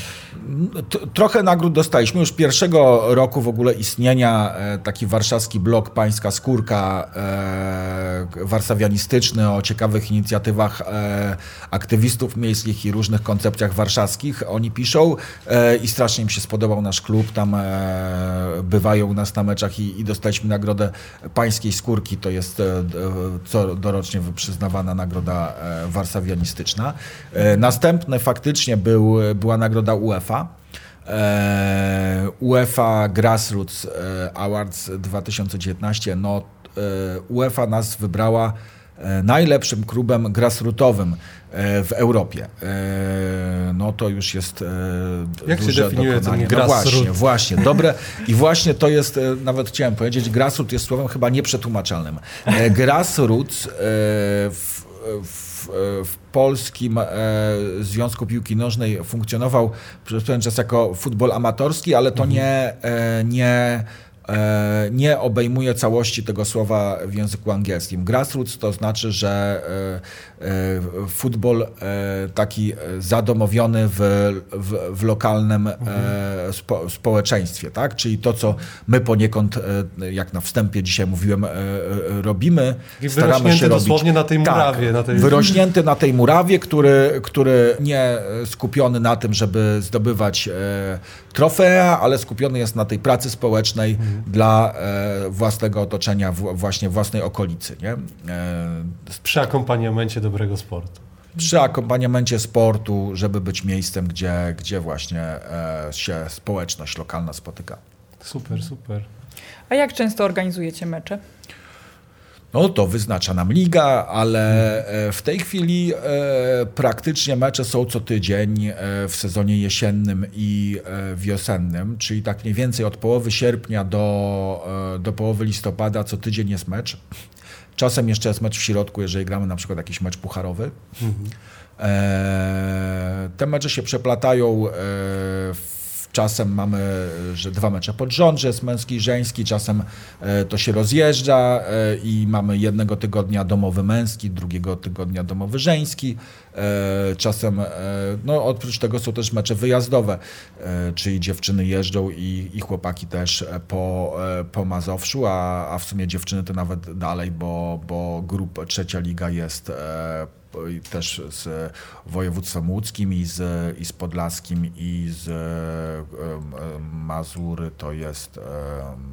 Trochę nagród dostaliśmy. Już pierwszego roku w ogóle istnienia taki warszawski blok Pańska Skórka, e, warszawianistyczny, o ciekawych inicjatywach e, aktywistów miejskich i różnych koncepcjach warszawskich. Oni piszą e, i strasznie im się spodobał nasz klub. Tam e, bywają u nas na meczach i, i dostaliśmy nagrodę Pańskiej Skórki. To jest e, co dorocznie przyznawana nagroda e, warszawianistyczna. E, następne faktycznie był, była nagroda UEFA. UEFA Grassroots Awards dwa tysiące dziewiętnaście. No, UEFA nas wybrała najlepszym klubem grassrootowym w Europie. No to już jest Jak duże się definiuje dokonanie. ten no grassroot? właśnie, właśnie, dobre. I właśnie to jest, nawet chciałem powiedzieć, grassroot jest słowem chyba nieprzetłumaczalnym. Grassroots w, w w Polskim e, Związku Piłki Nożnej funkcjonował przez pewien czas jako futbol amatorski, ale to mhm. nie, e, nie, e, nie obejmuje całości tego słowa w języku angielskim. Grassroots to znaczy, że e, e, futbol e, taki zadomowiony w, w, w lokalnym mhm. e, spo, społeczeństwie, tak? Czyli to, co my poniekąd, e, jak na wstępie dzisiaj mówiłem, e, e, robimy, I staramy się robić. dosłownie na tej murawie. Tak, na tej... wyrośnięty na tej murawie, który, który nie skupiony na tym, żeby zdobywać e, trofea, ale skupiony jest na tej pracy społecznej mhm. dla e, własnego otoczenia, w, właśnie własnej okolicy. Nie? E, Przy akompaniamencie dobrego sportu. Przy akompaniamencie sportu, żeby być miejscem, gdzie, gdzie właśnie e, się społeczność lokalna spotyka. Super, super. A jak często organizujecie mecze? No to wyznacza nam liga, ale w tej chwili e, praktycznie mecze są co tydzień e, w sezonie jesiennym i e, wiosennym, czyli tak mniej więcej od połowy sierpnia do, e, do połowy listopada co tydzień jest mecz. Czasem jeszcze jest mecz w środku, jeżeli gramy na przykład jakiś mecz pucharowy. Mhm. E, te mecze się przeplatają. E, Czasem mamy, że dwa mecze pod rząd, że jest męski i żeński, czasem e, to się rozjeżdża e, i mamy jednego tygodnia domowy męski, drugiego tygodnia domowy żeński. E, czasem, e, no oprócz tego są też mecze wyjazdowe, e, czyli dziewczyny jeżdżą i, i chłopaki też po, e, po Mazowszu, a, a w sumie dziewczyny to nawet dalej, bo, bo grup trzecia liga jest e, też z województwem łódzkim i z, i z podlaskim i z um, Mazury to jest um,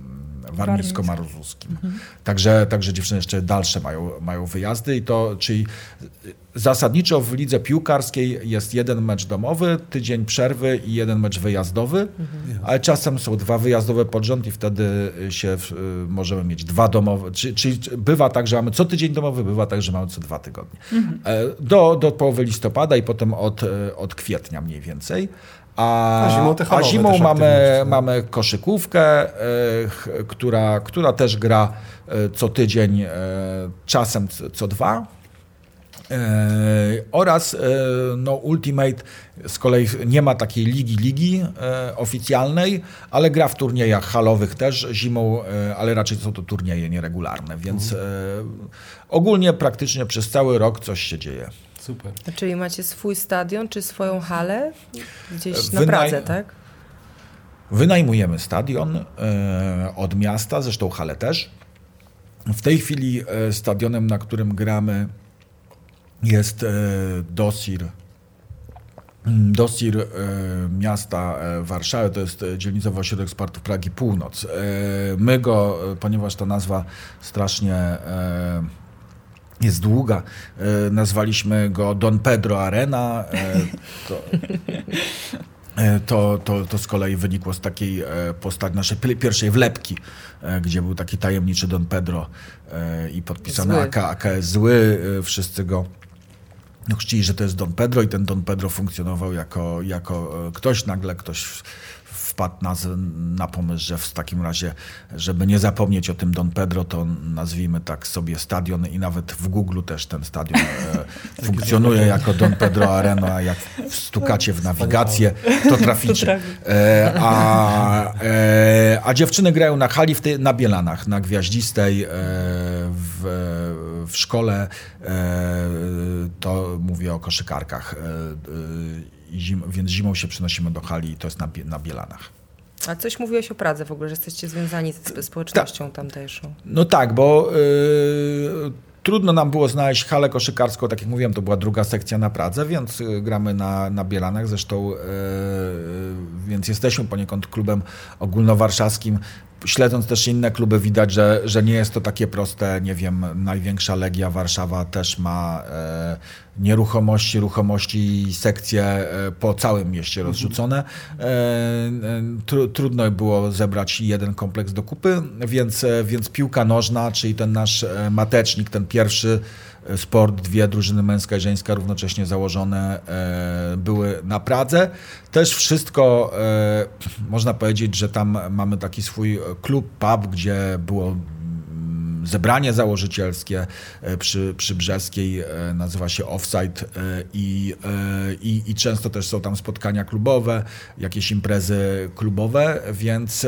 warmińsko-mazurskim. Mhm. Także, także dziewczyny jeszcze dalsze mają, mają wyjazdy i to, czyli zasadniczo w lidze piłkarskiej jest jeden mecz domowy, tydzień przerwy i jeden mecz wyjazdowy, mhm. ale czasem są dwa wyjazdowe pod rząd i wtedy się możemy mieć dwa domowe, czyli, czyli bywa tak, że mamy co tydzień domowy, bywa tak, że mamy co dwa tygodnie. Mhm. Do, do połowy listopada i potem od, od kwietnia mniej więcej. A, a zimą, a zimą mamy, mamy koszykówkę, y, która, która też gra y, co tydzień, y, czasem co dwa. Y, oraz y, no, Ultimate z kolei nie ma takiej ligi ligi y, oficjalnej, ale gra w turniejach halowych też zimą, y, ale raczej są to turnieje nieregularne, więc y, ogólnie praktycznie przez cały rok coś się dzieje. Super. Czyli macie swój stadion, czy swoją halę gdzieś na Wynaj- Pradze, tak? Wynajmujemy stadion e, od miasta, zresztą halę też. W tej chwili e, stadionem, na którym gramy, jest e, Dosir, Dosir e, miasta e, Warszawy, to jest dzielnicowy ośrodek sportu Pragi Północ. E, my go, ponieważ ta nazwa strasznie e, jest długa, e, nazwaliśmy go Don Pedro Arena. E, to, To, to, to z kolei wynikło z takiej postaci naszej pierwszej wlepki, gdzie był taki tajemniczy Don Pedro i podpisany A K, A K S zły. Wszyscy go no, chcieli, że to jest Don Pedro i ten Don Pedro funkcjonował jako, jako ktoś, nagle ktoś wpadł nas na pomysł, że w takim razie, żeby nie zapomnieć o tym Don Pedro, to nazwijmy tak sobie stadion i nawet w Google też ten stadion e, funkcjonuje jako Don Pedro Arena, a jak wstukacie w nawigację, to traficie. E, a, e, a dziewczyny grają na hali w tej, na Bielanach, na Gwiaździstej, e, w, w szkole, e, to mówię o koszykarkach. E, Zim, więc zimą się przenosimy do hali i to jest na, na Bielanach. A coś mówiłeś o Pradze w ogóle, że jesteście związani z społecznością Ta. tamtejszą. No tak, bo yy, trudno nam było znaleźć halę koszykarską, tak jak mówiłem, to była druga sekcja na Pradze, więc yy, gramy na, na Bielanach, zresztą yy, więc jesteśmy poniekąd klubem ogólnowarszawskim. Śledząc też inne kluby widać, że, że nie jest to takie proste, nie wiem, największa Legia Warszawa też ma e, nieruchomości, ruchomości i sekcje e, po całym mieście rozrzucone. E, tru, trudno było zebrać jeden kompleks do kupy, więc, więc piłka nożna, czyli ten nasz matecznik, ten pierwszy sport, dwie drużyny męska i żeńska równocześnie założone e, były na Pradze. Też wszystko, e, można powiedzieć, że tam mamy taki swój klub, pub, gdzie było zebranie założycielskie przy, przy Brzeskiej, nazywa się Offside i, i, i często też są tam spotkania klubowe, jakieś imprezy klubowe, więc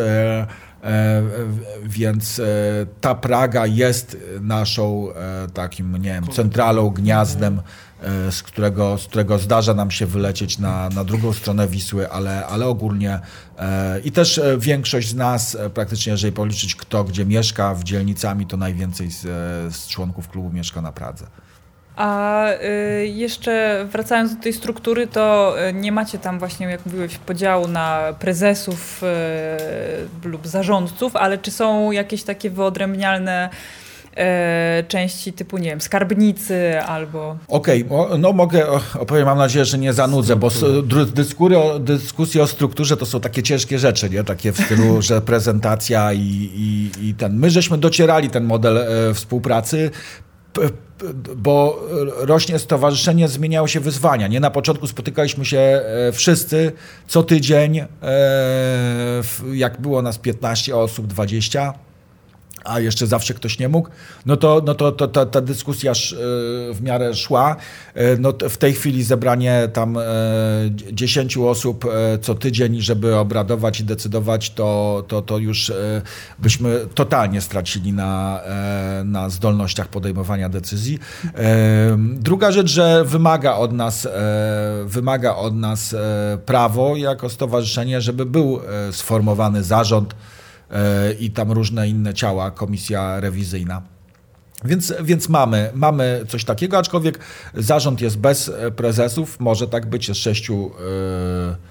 Więc ta Praga jest naszą takim, nie wiem, centralą, gniazdem, z którego, z którego zdarza nam się wylecieć na, na drugą stronę Wisły, ale, ale ogólnie i też większość z nas, praktycznie jeżeli policzyć kto gdzie mieszka w dzielnicami, to najwięcej z, z członków klubu mieszka na Pradze. A y, jeszcze wracając do tej struktury, to nie macie tam właśnie, jak mówiłeś, podziału na prezesów y, lub zarządców, ale czy są jakieś takie wyodrębnialne y, części typu, nie wiem, skarbnicy albo... Okej, okay, no mogę opowiem, mam nadzieję, że nie zanudzę, bo dyskusje o, dyskusje o strukturze to są takie ciężkie rzeczy, nie? Takie w stylu, że prezentacja i, i, i ten... My żeśmy docierali ten model e, współpracy, bo rośnie stowarzyszenie, zmieniają się wyzwania. Nie, na początku spotykaliśmy się wszyscy co tydzień, jak było nas piętnaście osób, dwadzieścia, a jeszcze zawsze ktoś nie mógł, no to, no to, to ta, ta dyskusja w miarę szła. No w tej chwili zebranie tam dziesięciu osób co tydzień, żeby obradować i decydować, to, to, to już byśmy totalnie stracili na, na zdolnościach podejmowania decyzji. Druga rzecz, że wymaga od nas, wymaga od nas prawo jako stowarzyszenie, żeby był sformowany zarząd i tam różne inne ciała, komisja rewizyjna. Więc, więc mamy, mamy coś takiego, aczkolwiek zarząd jest bez prezesów, może tak być, jest sześciu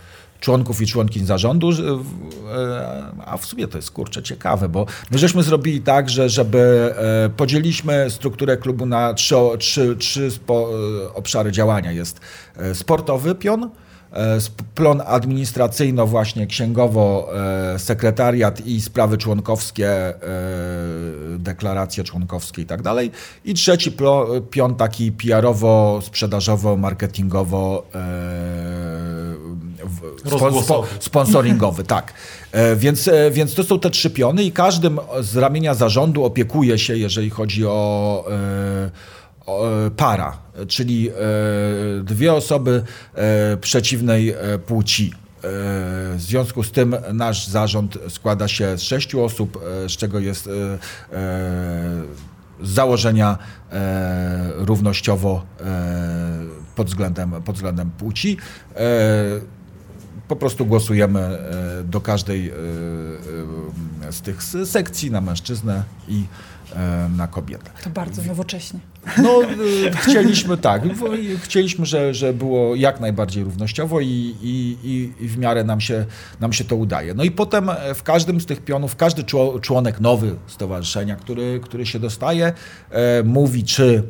członków i członkiń zarządu, a w sumie to jest, kurczę, ciekawe, bo my żeśmy zrobili tak, że żeby podzieliliśmy strukturę klubu na trzy, trzy, trzy spo, obszary działania. Jest sportowy pion, plon administracyjno, właśnie księgowo, sekretariat i sprawy członkowskie, deklaracje członkowskie i tak dalej. I trzeci pion taki P R-owo, sprzedażowo, marketingowo, spo, sponsoringowy, tak. Więc, więc to są te trzy piony i każdym z ramienia zarządu opiekuje się, jeżeli chodzi o para, czyli dwie osoby przeciwnej płci. W związku z tym nasz zarząd składa się z sześciu osób, z czego jest z założenia równościowo pod względem, pod względem płci. Po prostu głosujemy do każdej z tych sekcji na mężczyznę i na kobietę. To bardzo nowocześnie. No, chcieliśmy tak, chcieliśmy, że, że było jak najbardziej równościowo i, i, i w miarę nam się, nam się to udaje. No i potem w każdym z tych pionów, każdy członek nowy stowarzyszenia, który, który się dostaje, e, mówi, czy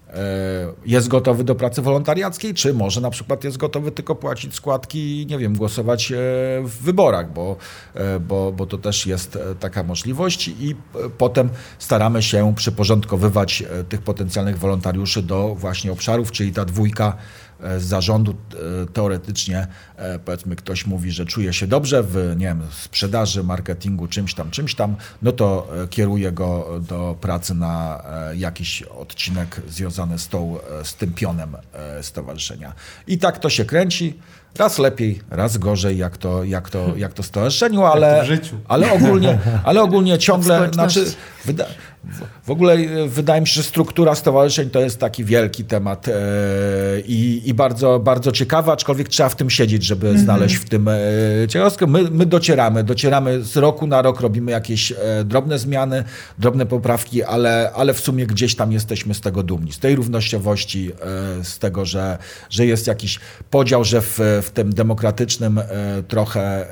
jest gotowy do pracy wolontariackiej, czy może na przykład jest gotowy tylko płacić składki i nie wiem, głosować w wyborach, bo, bo, bo to też jest taka możliwość i potem staramy się przyporządkowywać tych potencjalnych wolontariuszy do właśnie obszarów, czyli ta dwójka z zarządu teoretycznie, powiedzmy, ktoś mówi, że czuje się dobrze w, nie wiem, sprzedaży, marketingu, czymś tam, czymś tam, no to kieruje go do pracy na jakiś odcinek związany z, tą, z tym pionem stowarzyszenia. I tak to się kręci. Raz lepiej, raz gorzej, jak to, jak to, jak to w stowarzyszeniu, ale, w życiu. ale, ogólnie, ale ogólnie ciągle, znaczy, wyda, w, w ogóle wydaje mi się, że struktura stowarzyszeń to jest taki wielki temat e, i, i bardzo, bardzo ciekawy, aczkolwiek trzeba w tym siedzieć, żeby mm-hmm. znaleźć w tym e, ciekawostkę. My, my docieramy, docieramy z roku na rok, robimy jakieś e, drobne zmiany, drobne poprawki, ale, ale w sumie gdzieś tam jesteśmy z tego dumni, z tej równościowości, e, z tego, że, że jest jakiś podział, że w w tym demokratycznym e, trochę e,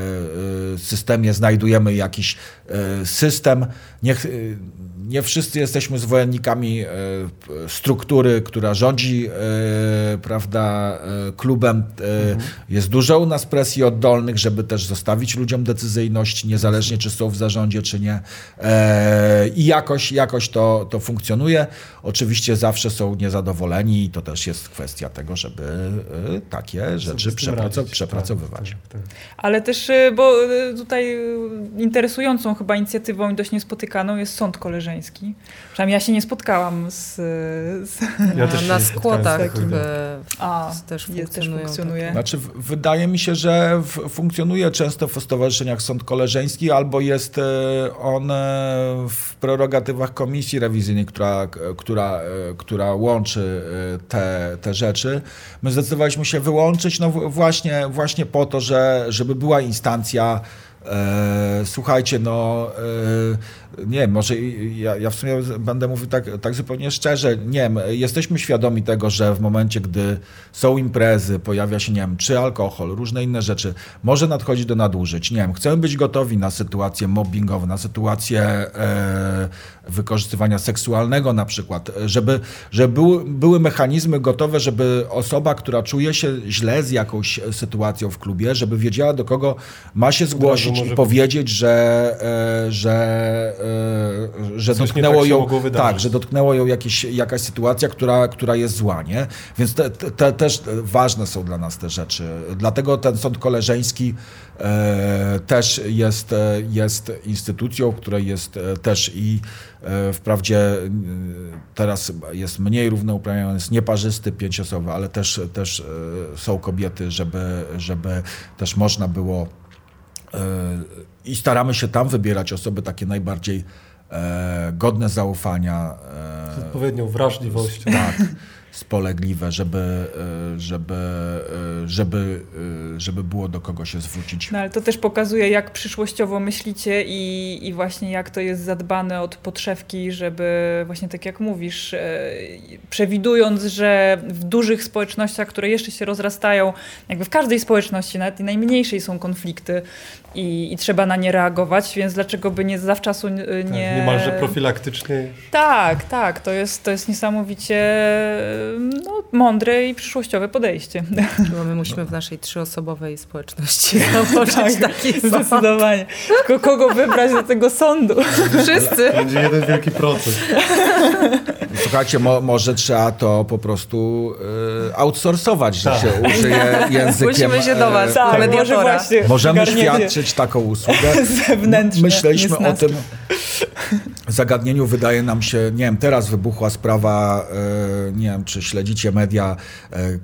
systemie znajdujemy jakiś e, system. Niech, nie wszyscy jesteśmy zwolennikami e, struktury, która rządzi e, prawda, e, klubem. E, mhm. Jest dużo u nas presji oddolnych, żeby też zostawić ludziom decyzyjność, niezależnie czy są w zarządzie, czy nie. E, I jakoś, jakoś to, to funkcjonuje. Oczywiście zawsze są niezadowoleni i to też jest kwestia tego, żeby e, takie rzeczy przepracow- przepracowywać. Tak, tak, tak. Ale też, bo tutaj interesującą chyba inicjatywą i dość niespotykaną jest sąd koleżeński. Przynajmniej ja się nie spotkałam z... z... Ja też na skłotach A, też jest, też funkcjonuje. Znaczy, w, wydaje mi się, że w, funkcjonuje często w stowarzyszeniach sąd koleżeński, albo jest on w prerogatywach komisji rewizyjnej, która, która, która łączy te, te rzeczy. My zdecydowaliśmy się wyłączyć no właśnie, właśnie po to, że, żeby była instancja. E, słuchajcie, no e, nie wiem, może ja, ja w sumie będę mówił tak, tak zupełnie szczerze, nie wiem, jesteśmy świadomi tego, że w momencie, gdy są imprezy, pojawia się, nie wiem, czy alkohol, różne inne rzeczy, może nadchodzić do nadużyć, nie wiem, chcemy być gotowi na sytuacje mobbingowe, na sytuacje e, wykorzystywania seksualnego na przykład, żeby, żeby były, były mechanizmy gotowe, żeby osoba, która czuje się źle z jakąś sytuacją w klubie, żeby wiedziała, do kogo ma się zgłosić i powiedzieć, że, że, że dotknęło tak ją, tak, że dotknęło ją jakieś, jakaś sytuacja, która, która jest zła, nie? Więc te, te, też ważne są dla nas te rzeczy. Dlatego ten sąd koleżeński e, też jest, jest instytucją, w której jest też i e, wprawdzie teraz jest mniej równouprawniony, jest nieparzysty, pięcioosobowy, ale też, też e, są kobiety, żeby, żeby też można było i staramy się tam wybierać osoby takie najbardziej e, godne zaufania. E, z odpowiednią wrażliwością. Tak. spolegliwe, żeby, żeby, żeby, żeby było do kogo się zwrócić. No ale to też pokazuje, jak przyszłościowo myślicie i, i właśnie jak to jest zadbane od podszewki, żeby właśnie tak jak mówisz, przewidując, że w dużych społecznościach, które jeszcze się rozrastają, jakby w każdej społeczności, nawet i najmniejszej są konflikty i, i trzeba na nie reagować, więc dlaczego by nie zawczasu nie... Tak, niemalże profilaktycznie. Tak, tak, to jest, to jest niesamowicie no, mądre i przyszłościowe podejście. Bo my musimy w naszej trzyosobowej społeczności założyć tak, taki sąd. Zdecydowanie. Tylko kogo wybrać do tego sądu? Wszyscy. Będzie jeden wielki proces. Słuchajcie, mo, może trzeba to po prostu y, outsourcować, że tak. się użyje językiem. Musimy się do was, tak, mediatora. Możemy świadczyć taką usługę. Zewnętrzne, Myśleliśmy o tym zagadnieniu, wydaje nam się, nie wiem, teraz wybuchła sprawa, y, nie wiem, czy śledzicie media, y, y,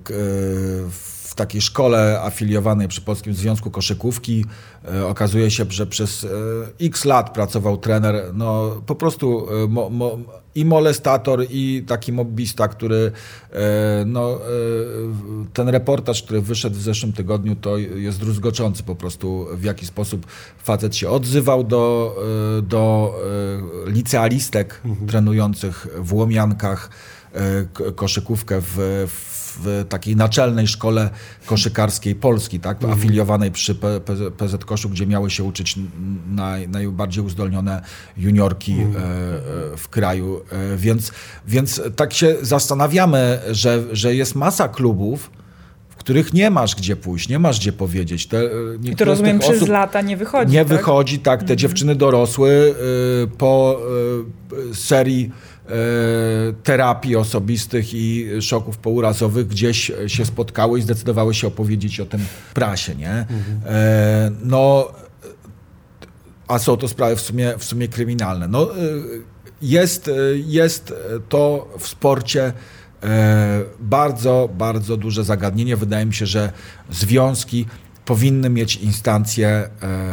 w takiej szkole afiliowanej przy Polskim Związku Koszykówki. E, okazuje się, że przez e, x lat pracował trener, no po prostu e, mo, mo, i molestator, i taki mobbista, który e, no, e, ten reportaż, który wyszedł w zeszłym tygodniu, to jest druzgoczący po prostu, w jaki sposób facet się odzywał do, e, do e, licealistek mhm. trenujących w Łomiankach e, koszykówkę w, w w takiej naczelnej szkole koszykarskiej Polski, tak, mm. afiliowanej przy P Z Koszu, gdzie miały się uczyć naj, najbardziej uzdolnione juniorki mm. e, w kraju. E, więc, więc tak się zastanawiamy, że, że jest masa klubów, w których nie masz gdzie pójść, nie masz gdzie powiedzieć. Te, I to rozumiem, przez lata nie wychodzi. Nie tak? wychodzi, tak. Te mm. dziewczyny dorosły y, po y, serii terapii osobistych i szoków pourazowych gdzieś się spotkały i zdecydowały się opowiedzieć o tym prasie, nie? Mhm. E, no, a są to sprawy w sumie, w sumie kryminalne. No, jest, jest to w sporcie bardzo, bardzo duże zagadnienie. Wydaje mi się, że związki powinny mieć instancje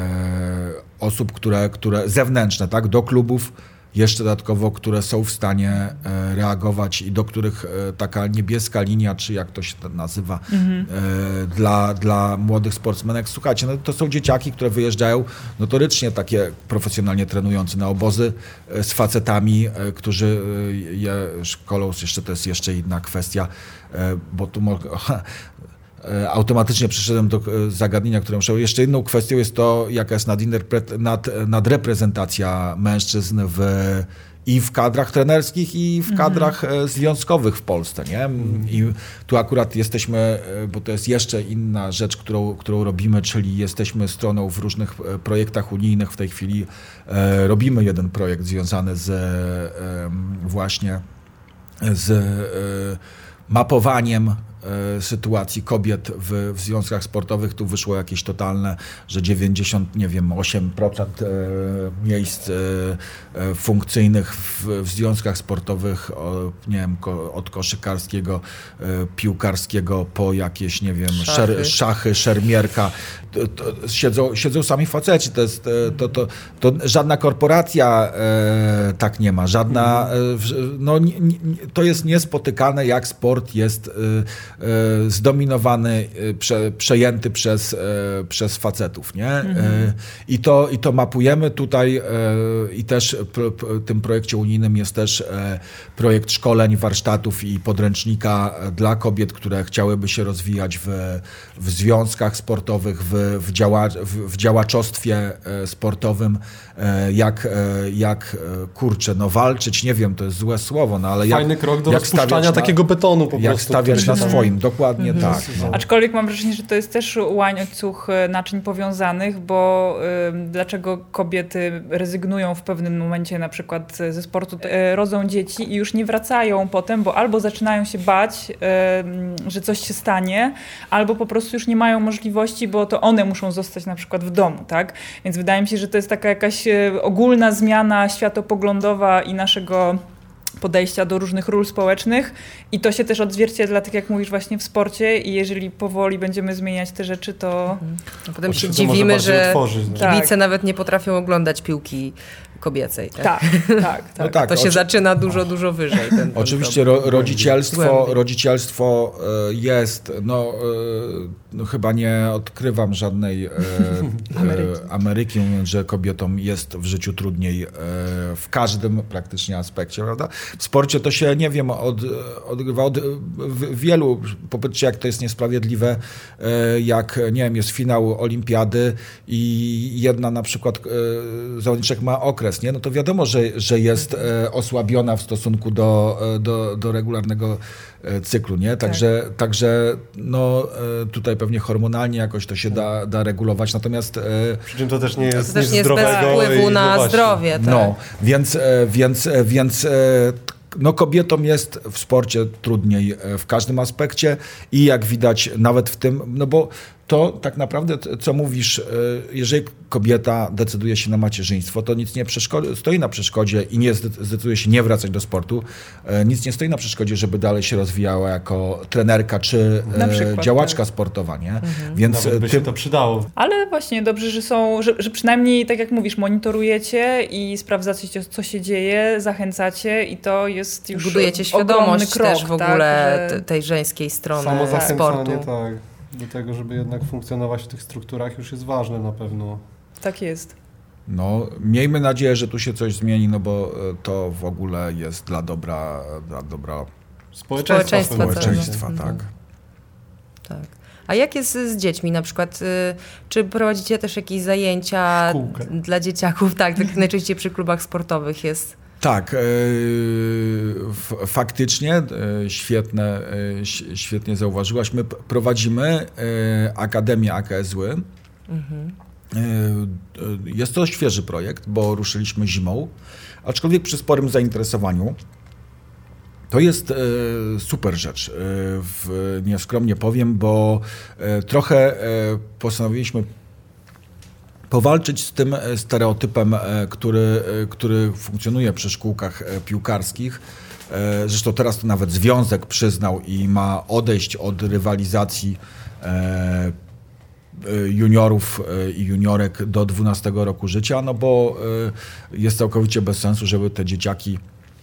osób, które, które zewnętrzne, tak, do klubów, jeszcze dodatkowo, które są w stanie reagować i do których taka niebieska linia, czy jak to się nazywa, mhm. dla, dla młodych sportsmenek. Słuchajcie, no to są dzieciaki, które wyjeżdżają notorycznie takie profesjonalnie trenujące na obozy z facetami, którzy je szkolą. Jeszcze to jest jeszcze inna kwestia, bo tu mogę... Automatycznie przyszedłem do zagadnienia, które muszę. Jeszcze inną kwestią jest to, jaka jest nad, nadreprezentacja mężczyzn w, i w kadrach trenerskich, i w kadrach mm. związkowych w Polsce. Nie? I tu akurat jesteśmy, bo to jest jeszcze inna rzecz, którą, którą robimy, czyli jesteśmy stroną w różnych projektach unijnych. W tej chwili e, robimy jeden projekt związany z e, właśnie z e, mapowaniem sytuacji kobiet w, w związkach sportowych. Tu wyszło jakieś totalne, że dziewięćdziesiąt, nie wiem, osiem procent miejsc funkcyjnych w, w związkach sportowych, nie wiem, od koszykarskiego, piłkarskiego po jakieś, nie wiem, szachy, szer, szachy szermierka. To, to siedzą, siedzą sami faceci. To, jest, to, to, to żadna korporacja e, tak nie ma. Żadna, e, no, nie, nie, to jest niespotykane, jak sport jest e, zdominowany, prze, przejęty przez, przez facetów, nie? Mhm. I, to, I to mapujemy tutaj i też w tym projekcie unijnym jest też projekt szkoleń, warsztatów i podręcznika dla kobiet, które chciałyby się rozwijać w, w związkach sportowych, w, w, działa, w, w działaczostwie sportowym, jak, jak kurczę, no walczyć, nie wiem, to jest złe słowo, no ale Fajny jak, krok do jak rozpuszczania takiego betonu po jak prostu. Jak stawiać na swoim, dokładnie mhm. tak. No. Aczkolwiek mam wrażenie, że to jest też łańcuch naczyń powiązanych, bo y, dlaczego kobiety rezygnują w pewnym momencie na przykład ze sportu, y, rodzą dzieci i już nie wracają potem, bo albo zaczynają się bać, y, że coś się stanie, albo po prostu już nie mają możliwości, bo to one muszą zostać na przykład w domu, tak? Więc wydaje mi się, że to jest taka jakaś ogólna zmiana światopoglądowa i naszego podejścia do różnych ról społecznych i to się też odzwierciedla, tak jak mówisz, właśnie w sporcie i jeżeli powoli będziemy zmieniać te rzeczy, to... Mhm. A potem się dziwimy, że otworzyć, no. kibice tak. nawet nie potrafią oglądać piłki kobiecej. Tak, Tak, tak, tak. No tak, to się oczy- zaczyna dużo, dużo wyżej. Ten, Oczywiście ten, ro, rodzicielstwo, głębiej. rodzicielstwo e, jest, no, e, no chyba nie odkrywam żadnej e, Ameryki. e, Ameryki, mówiąc, że kobietom jest w życiu trudniej e, w każdym praktycznie aspekcie, prawda? W sporcie to się, nie wiem, od, odgrywa od w, wielu, popatrzcie jak to jest niesprawiedliwe, e, jak, nie wiem, jest finał olimpiady i jedna na przykład e, zawodniczek ma okres, nie? No to wiadomo, że, że jest e, osłabiona w stosunku do, e, do, do regularnego e, cyklu, nie? Także, tak. także no, e, tutaj pewnie hormonalnie jakoś to się da, da regulować, natomiast e, Przy czym to też nie jest To też nic nie jest bez zdrowego. wpływu i- na no właśnie. zdrowie. Tak. no, więc, e, więc, e, więc e, no kobietom jest w sporcie trudniej e, w każdym aspekcie i jak widać nawet w tym, no bo to tak naprawdę, t- co mówisz, e, jeżeli kobieta decyduje się na macierzyństwo, to nic nie przeszko- stoi na przeszkodzie i nie zde- zdecyduje się nie wracać do sportu, e, nic nie stoi na przeszkodzie, żeby dalej się rozwijała jako trenerka czy Na e, przykład, działaczka tak. sportowa, nie? Więc Nawet by e, się tym, to przydało. Ale właśnie dobrze, że są, że, że przynajmniej, tak jak mówisz, monitorujecie i sprawdzacie, co się dzieje, zachęcacie i to jest już Budujecie ogromny świadomość krok, też w tak, ogóle że- te- tej żeńskiej strony Samo sportu. zachęcanie, tak, do tego, żeby jednak funkcjonować w tych strukturach już jest ważne na pewno. Tak jest. No, miejmy nadzieję, że tu się coś zmieni, no bo e, to w ogóle jest dla dobra, dla dobra Społeczeństwa. Społeczeństwa w pewnym społeczeństwa, sensie. tak. Tak. A jak jest z dziećmi na przykład? y, Czy prowadzicie też jakieś zajęcia Szkółkę. dla dzieciaków? Tak, tak najczęściej przy klubach sportowych jest. Tak, e, f- faktycznie e, świetne, e, ś- świetnie zauważyłaś. My p- prowadzimy e, Akademię A K S Ły. E, e, Jest to świeży projekt, bo ruszyliśmy zimą, aczkolwiek przy sporym zainteresowaniu. To jest e, super rzecz, e, w, nieskromnie powiem, bo e, trochę e, postanowiliśmy powalczyć z tym e, stereotypem, e, który, e, który funkcjonuje przy szkółkach e, piłkarskich. E, Zresztą teraz to nawet związek przyznał i ma odejść od rywalizacji e, e, juniorów e, i juniorek do dwunastego roku życia, no bo e, jest całkowicie bez sensu, żeby te dzieciaki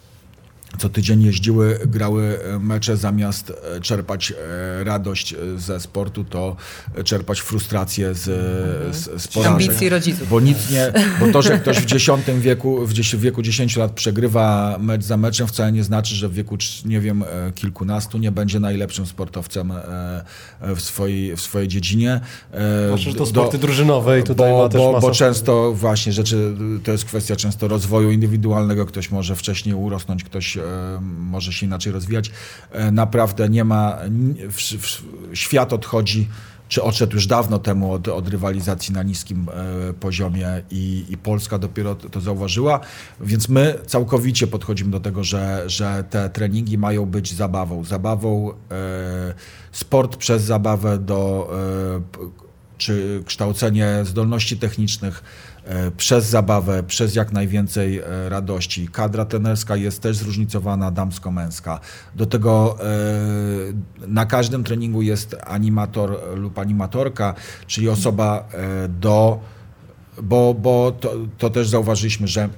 co tydzień jeździły, grały mecze, zamiast e, czerpać e, radość e, ze sportu, to czerpać frustrację z, z, z porażek. Ambicji rodziców. Bo nic nie, bo to, że ktoś w dziesiątym wieku, w, dziesię, w wieku dziesięciu lat przegrywa mecz za meczem, wcale nie znaczy, że w wieku, trz- nie wiem, e, kilkunastu nie będzie najlepszym sportowcem e, e, w swojej, w swojej dziedzinie. E, Zwłaszcza, że to do- sporty drużynowe i tutaj bo, ma też bo, masa... bo często właśnie rzeczy, to jest kwestia często rozwoju indywidualnego, ktoś może wcześniej urosnąć, ktoś e, może się inaczej rozwijać. E, naprawdę nie ma, n- w, w, świat odchodzi, czy odszedł już dawno temu od, od rywalizacji na niskim e, poziomie i, i Polska dopiero to, to zauważyła, więc my całkowicie podchodzimy do tego, że, że te treningi mają być zabawą. Zabawą, e, sport przez zabawę do e, p- czy kształcenie zdolności technicznych e, przez zabawę, przez jak najwięcej e, radości. Kadra trenerska jest też zróżnicowana, damsko-męska. Do tego e, na każdym treningu jest animator lub animatorka, czyli osoba e, do... Bo, bo to, to też zauważyliśmy, że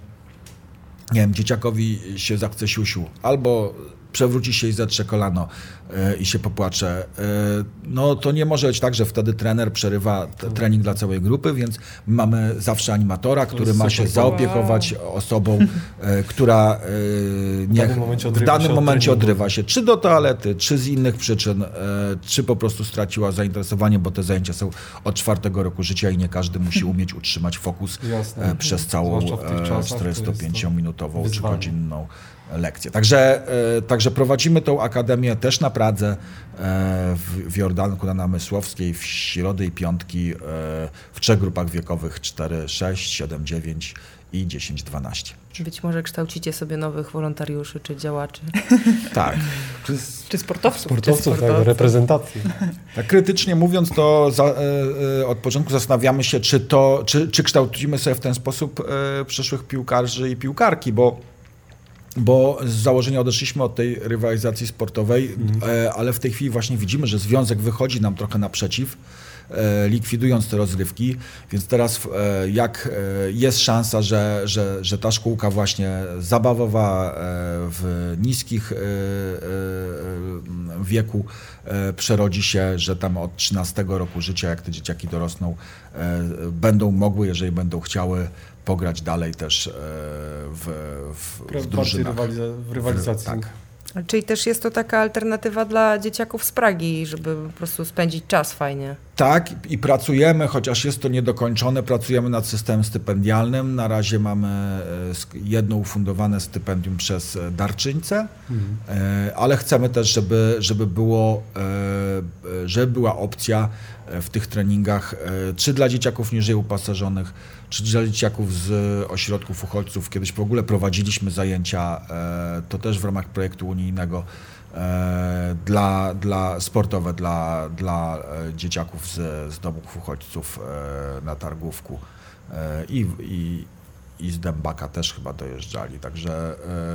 nie wiem, dzieciakowi się zachce siusiu, albo przewróci się i zetrze kolano e, i się popłacze. E, no to nie może być tak, że wtedy trener przerywa t- trening dla całej grupy, więc mamy zawsze animatora, który jest ma się super. zaopiekować osobą, e, która e, niech danym momencie w odrywa danym się od momencie treningu. odrywa się, czy do toalety, czy z innych przyczyn, e, czy po prostu straciła zainteresowanie, bo te zajęcia są od czwartego roku życia i nie każdy musi umieć utrzymać fokus Jasne. e, przez całą Zwłaszcza w tych e, czasach to jest to czterdziestopięciominutową czy wyzwanie. godzinną lekcję. Także, e, także prowadzimy tą akademię też na Pradze, e, w, w Jordanku na Namysłowskiej, w środy i piątki, e, w trzech grupach wiekowych cztery, sześć, siedem, dziewięć i dziesięć, dwanaście. Być może kształcicie sobie nowych wolontariuszy czy działaczy. Tak. Czy sportowców. Sportowców, czy tak, do reprezentacji. Tak krytycznie mówiąc, to za, e, e, od początku zastanawiamy się, czy, to, czy, czy kształcimy sobie w ten sposób e, przyszłych piłkarzy i piłkarki, bo Bo z założenia odeszliśmy od tej rywalizacji sportowej, e, ale w tej chwili właśnie widzimy, że związek wychodzi nam trochę naprzeciw likwidując te rozrywki. Więc teraz jak jest szansa, że, że, że ta szkółka właśnie zabawowa w niskich wieku przerodzi się, że tam od trzynastego roku życia, jak te dzieciaki dorosną, będą mogły, jeżeli będą chciały, pograć dalej też w, w, w drużynach. Rywaliza- w rywalizacji. Tak. Czyli też jest to taka alternatywa dla dzieciaków z Pragi, żeby po prostu spędzić czas fajnie. Tak, i pracujemy, chociaż jest to niedokończone, pracujemy nad systemem stypendialnym. Na razie mamy jedno ufundowane stypendium przez darczyńcę, mhm. ale chcemy też, żeby, żeby, było, żeby była opcja w tych treningach, czy dla dzieciaków niżej upasażonych, czy dla dzieciaków z ośrodków uchodźców. Kiedyś w ogóle prowadziliśmy zajęcia, to też w ramach projektu unijnego, dla, dla sportowe dla, dla dzieciaków z, z domów uchodźców na Targówku i, i, i z Dębaka też chyba dojeżdżali. Także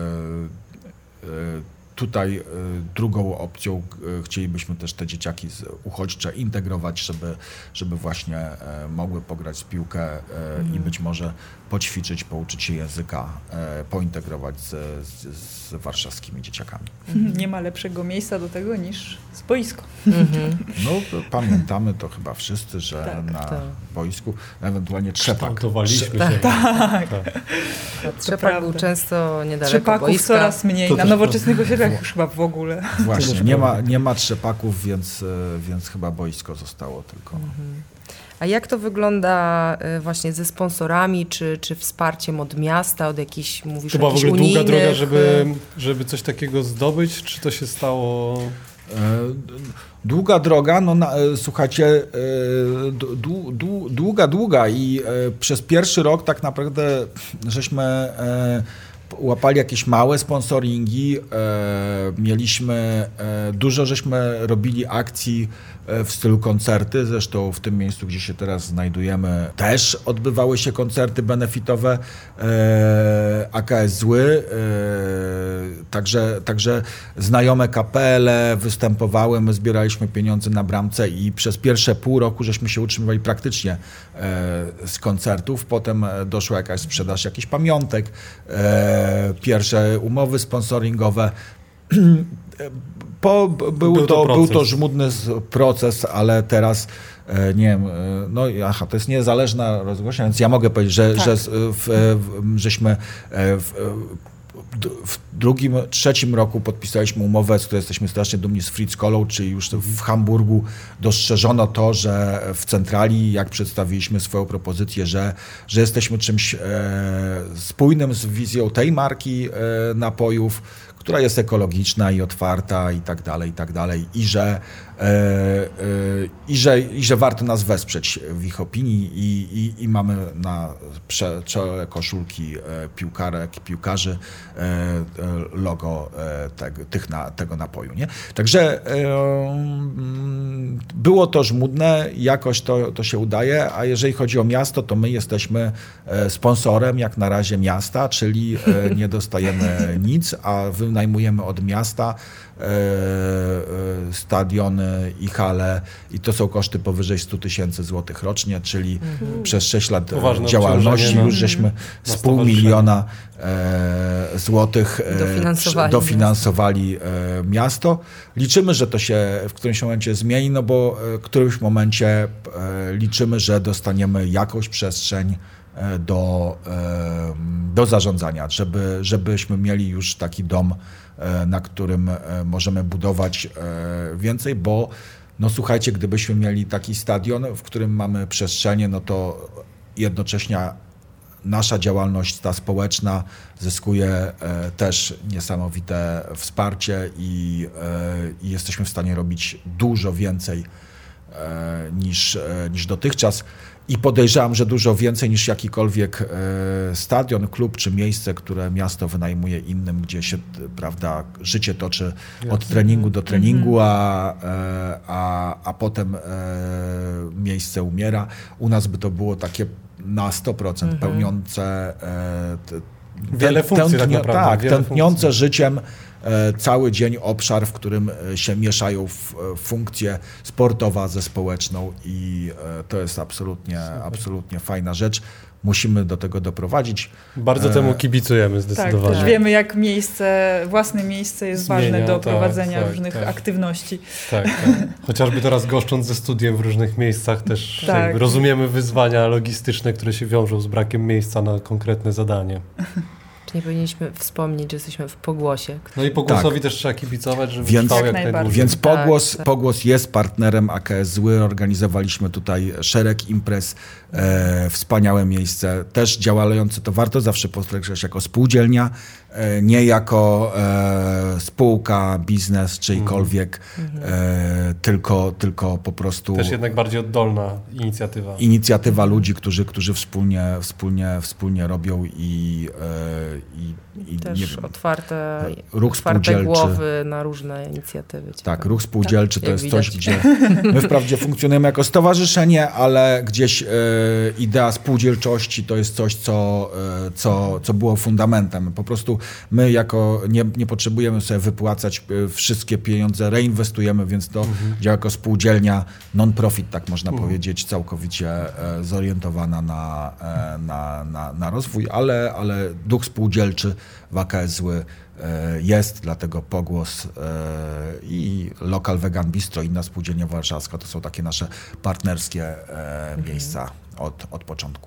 tutaj drugą opcją chcielibyśmy też te dzieciaki uchodźcze integrować, żeby, żeby właśnie mogły pograć w piłkę mm. i być może poćwiczyć, pouczyć się języka, pointegrować z, z, z warszawskimi dzieciakami. Nie ma lepszego miejsca do tego niż z boisko. Mm-hmm. No pamiętamy to chyba wszyscy, że tak, na tak. boisku ewentualnie Trzepak. Kształtowaliśmy tak, się. Tak. tak. Trzepak był często niedaleko Trzepaków boiska. coraz mniej, To na też nowoczesnych osiedlach już chyba w ogóle. Właśnie, nie ma, nie ma Trzepaków, więc, więc chyba boisko zostało tylko. Mhm. A jak to wygląda właśnie ze sponsorami, czy, czy wsparciem od miasta, od jakichś, mówisz, To była w jakichś ogóle unijnych... długa droga, żeby, żeby coś takiego zdobyć, czy to się stało... Długa droga, no na, słuchajcie, dłu, dłu, długa, długa i przez pierwszy rok tak naprawdę żeśmy łapali jakieś małe sponsoringi, mieliśmy, dużo żeśmy robili akcji w stylu koncerty, zresztą w tym miejscu, gdzie się teraz znajdujemy, też odbywały się koncerty benefitowe A K S Zły, także, także znajome kapele występowały, my zbieraliśmy pieniądze na bramce i przez pierwsze pół roku żeśmy się utrzymywali praktycznie z koncertów, potem doszła jakaś sprzedaż jakichś pamiątek, pierwsze umowy sponsoringowe. Po, był, był, to, to był to żmudny proces, ale teraz nie wiem, no aha, to jest niezależna rozgłośnia, więc ja mogę powiedzieć, że, tak. że w, w, żeśmy w, w drugim, trzecim roku podpisaliśmy umowę, z której jesteśmy strasznie dumni, z Fritz Kohlą, czyli już w Hamburgu dostrzeżono to, że w centrali, jak przedstawiliśmy swoją propozycję, że, że jesteśmy czymś e, spójnym z wizją tej marki e, napojów, która jest ekologiczna i otwarta i tak dalej, i tak dalej, i że, e, e, i że, i że warto nas wesprzeć w ich opinii i, i, i mamy na czele koszulki e, piłkarek, piłkarzy e, logo e, tego, tych na, tego napoju, nie? Także e, było to żmudne, jakoś to, to się udaje, a jeżeli chodzi o miasto, to my jesteśmy sponsorem jak na razie miasta, czyli e, nie dostajemy nic, a wynajmujemy od miasta e, e, stadiony i hale i to są koszty powyżej sto tysięcy złotych rocznie, czyli mhm. przez sześć lat Poważne działalności już żeśmy z pół miliona e, złotych e, dofinansowali, dofinansowali e, miasto. Liczymy, że to się w którymś momencie zmieni, no bo w którymś momencie e, liczymy, że dostaniemy jakąś przestrzeń do, do zarządzania, żeby, żebyśmy mieli już taki dom, na którym możemy budować więcej, bo no słuchajcie, gdybyśmy mieli taki stadion, w którym mamy przestrzenie, no to jednocześnie nasza działalność ta społeczna zyskuje też niesamowite wsparcie i, i jesteśmy w stanie robić dużo więcej niż, niż dotychczas. I podejrzewam, że dużo więcej niż jakikolwiek e, stadion, klub czy miejsce, które miasto wynajmuje innym, gdzie się, prawda, życie toczy od treningu do treningu, a, e, a, a potem e, miejsce umiera. U nas by to było takie na sto procent mhm. pełniące e, te, wiele funkcji tętnio, tak naprawdę. Tak, wiele tętniące funkcji. życiem cały dzień obszar, w którym się mieszają f, funkcje sportowa ze społeczną i to jest absolutnie, absolutnie fajna rzecz. Musimy do tego doprowadzić. Bardzo temu kibicujemy zdecydowanie. Tak, też wiemy, jak miejsce, własne miejsce jest Zmienia, ważne do tak, prowadzenia tak, różnych tak. aktywności. Tak, tak. Chociażby teraz goszcząc ze studiem w różnych miejscach też Tak. rozumiemy wyzwania logistyczne, które się wiążą z brakiem miejsca na konkretne zadanie. Czy nie powinniśmy wspomnieć, że jesteśmy w Pogłosie? No i Pogłosowi Tak. też trzeba kibicować, żeby Więc- trwał Jak jak najbardziej. najdłużej. Więc Tak, Pogłos, tak. Pogłos jest partnerem A K S Zły. Organizowaliśmy tutaj szereg imprez, e, wspaniałe miejsce. Też działające, to warto zawsze podkreślać, jako spółdzielnia, e, nie jako e, spółka, biznes, czyjkolwiek, e, tylko, tylko po prostu Też jednak bardziej oddolna inicjatywa. inicjatywa ludzi, którzy, którzy wspólnie, wspólnie, wspólnie robią i, e, i, i Też nie wiem, otwarte, ruch otwarte spółdzielczy. głowy na różne inicjatywy. Tak, Ciekawe. ruch spółdzielczy to jak jest widać. coś, gdzie my wprawdzie funkcjonujemy jako stowarzyszenie, ale gdzieś e, idea spółdzielczości to jest coś, co, e, co, co było fundamentem. Po prostu my jako nie, nie potrzebujemy sobie wypłacać e, wszystkie pieniądze, reinwestujemy, więc to działa jako spółdzielnia non-profit, tak można powiedzieć, całkowicie e, zorientowana na, e, na, na, na rozwój, ale, ale duch spółdzielczy w A K S Zły e, jest, dlatego Pogłos e, i Lokal Vegan Bistro, inna spółdzielnia warszawska, to są takie nasze partnerskie e, miejsca od, od początku.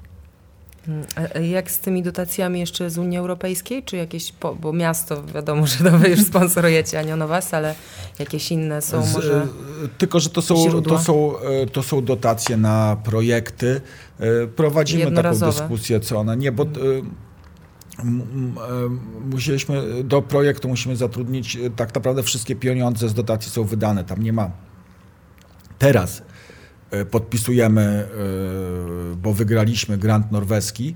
A jak z tymi dotacjami jeszcze z Unii Europejskiej, czy jakieś, po, bo miasto, wiadomo, że to wy już sponsorujecie, a nie ono was, ale jakieś inne są Z, może... e, tylko, że to są, źródła? to, są, e, to są dotacje na projekty. E, Prowadzimy taką Jednorazowe. dyskusję, co ona nie, bo e, m- m- e, musieliśmy, do projektu musimy zatrudnić, e, tak naprawdę wszystkie pieniądze z dotacji są wydane, tam nie ma. Teraz e, podpisujemy, e, bo wygraliśmy grant norweski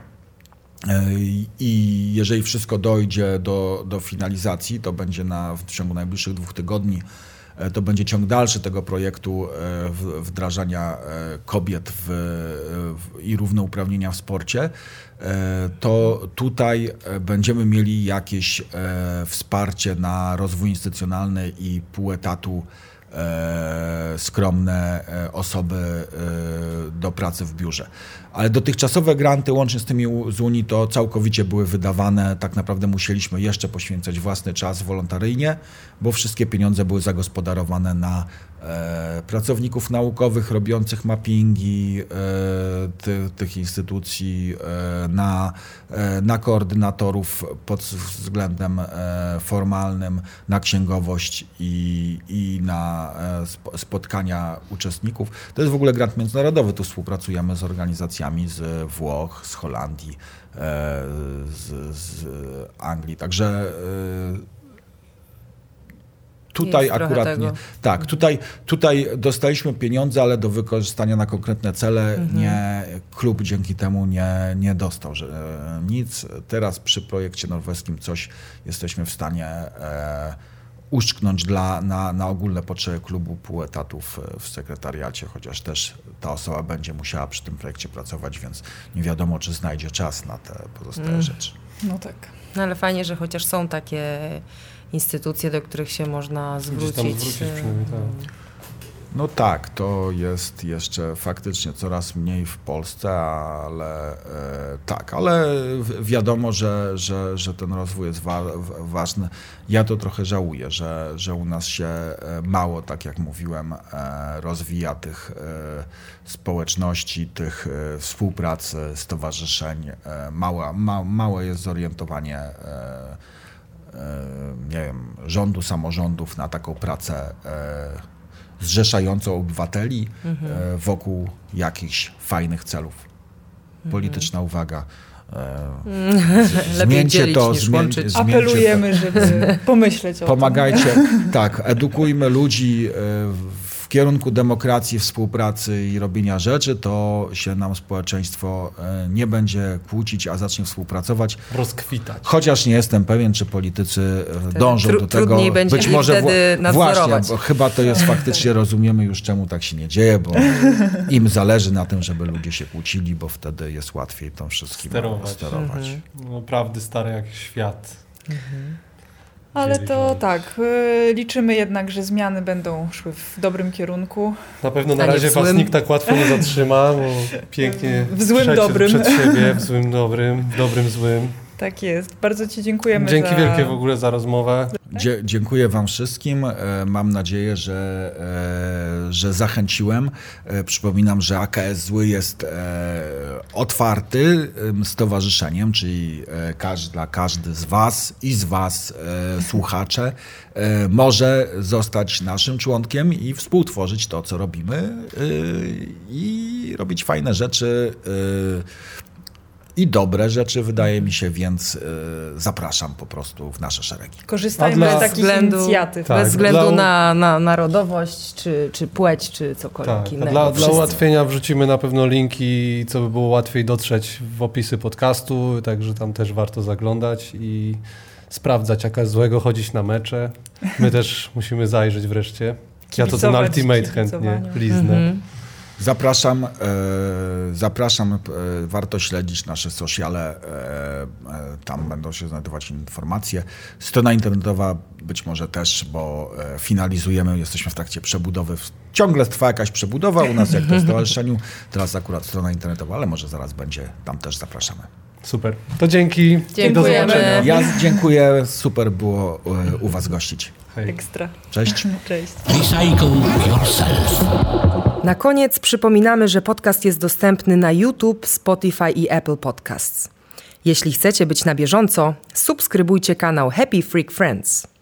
e, i jeżeli wszystko dojdzie do, do finalizacji, to będzie na, w ciągu najbliższych dwóch tygodni, e, to będzie ciąg dalszy tego projektu e, w- wdrażania e, kobiet w, w, i równouprawnienia w sporcie. E, To tutaj e, będziemy mieli jakieś e, wsparcie na rozwój instytucjonalny i pół etatu e, skromne e, osoby e, do pracy w biurze. Ale dotychczasowe granty, łącznie z tymi u- z Unii, to całkowicie były wydawane. Tak naprawdę musieliśmy jeszcze poświęcać własny czas wolontaryjnie, bo wszystkie pieniądze były zagospodarowane na e, pracowników naukowych robiących mappingi e, ty, tych instytucji, e, na, e, na koordynatorów pod względem e, formalnym, na księgowość i, i na e, spo- spotkania uczestników. To jest w ogóle grant międzynarodowy. Tu współpracujemy z organizacjami z Włoch, z Holandii, e, z, z Anglii. Także e, tutaj Jest trochę akurat tego. nie. Tak, tutaj, tutaj dostaliśmy pieniądze, ale do wykorzystania na konkretne cele. Nie, klub dzięki temu nie, nie dostał że, e, nic. Teraz przy projekcie norweskim coś jesteśmy w stanie e, uszczknąć dla, na, na ogólne potrzeby klubu pół etatów w sekretariacie, chociaż też ta osoba będzie musiała przy tym projekcie pracować, więc nie wiadomo, czy znajdzie czas na te pozostałe Mm. rzeczy. No tak. No ale fajnie, że chociaż są takie instytucje, do których się można Gdzieś tam zwrócić. zwrócić przynajmniej, tak. No tak, to jest jeszcze faktycznie coraz mniej w Polsce, ale e, tak, ale wi- wiadomo, że, że, że ten rozwój jest wa- w- ważny. Ja to trochę żałuję, że, że u nas się e, mało, tak jak mówiłem, e, rozwija tych e, społeczności, tych e, współpracy, stowarzyszeń. E, mała, ma, małe jest zorientowanie e, e, nie wiem, rządu, samorządów na taką pracę e, zrzeszającą obywateli e, wokół jakichś fajnych celów. Polityczna uwaga. E, z- Lepiej zmieńcie dzielić to, niż zmień, łączyć. zmieńcie Apelujemy, żeby pomyśleć o to. tym. Pomagajcie, tak, edukujmy ludzi e, w kierunku demokracji, współpracy i robienia rzeczy, to się nam społeczeństwo e, nie będzie kłócić, a zacznie współpracować. Rozkwitać. Chociaż nie jestem pewien, czy politycy e, dążą tru- do tego. trudniej będzie Być ich może wtedy wła- nadzorować. Właśnie, bo chyba to jest faktycznie, rozumiemy już, czemu tak się nie dzieje, bo im zależy na tym, żeby ludzie się kłócili, bo wtedy jest łatwiej tą wszystkim Sterować. sterować. No, prawdy stare jak świat. Ale to tak, liczymy jednak, że zmiany będą szły w dobrym kierunku. Na pewno na A nie razie w was złym. nikt tak łatwo nie zatrzyma, bo pięknie W złym, przed, dobrym. przed siebie, w złym dobrym, w dobrym złym. Tak jest. Bardzo Ci dziękujemy Dzięki za... wielkie w ogóle za rozmowę. Dzie- dziękuję wam wszystkim. E, Mam nadzieję, że, e, że zachęciłem. E, Przypominam, że A K S Zły jest e, otwarty em, stowarzyszeniem, czyli e, każdy, dla każdy z was i z was e, słuchacze e, może zostać naszym członkiem i współtworzyć to, co robimy e, i robić fajne rzeczy e, i dobre rzeczy, wydaje mi się, więc y, zapraszam po prostu w nasze szeregi. Korzystajmy A dla- z takich względu- inicjatyw. Tak, Bez względu dla- na, na narodowość, czy, czy płeć, czy cokolwiek Tak, a innego. dla, dla Wszyscy. ułatwienia wrzucimy na pewno linki, co by było łatwiej dotrzeć w opisy podcastu, także tam też warto zaglądać i sprawdzać, jaka jest złego, chodzić na mecze. My też musimy zajrzeć wreszcie. Ja to ten Kibicować Ultimate chętnie kibicowaniu. liznę. Mhm. Zapraszam, e, zapraszam, e, warto śledzić nasze sociale, e, e, tam będą się znajdować informacje. Strona internetowa być może też, bo e, finalizujemy, jesteśmy w trakcie przebudowy. Ciągle trwa jakaś przebudowa u nas, jak to w stowarzyszeniu. Teraz akurat strona internetowa, ale może zaraz będzie, tam też zapraszamy. Super. To dzięki. I do Dziękujemy. zobaczenia. Ja dziękuję, super było e, u was gościć. Hej. Ekstra. Cześć. Cześć. Recycle yourself. Na koniec przypominamy, że podcast jest dostępny na YouTube, Spotify i Apple Podcasts. Jeśli chcecie być na bieżąco, subskrybujcie kanał Happy Freak Friends.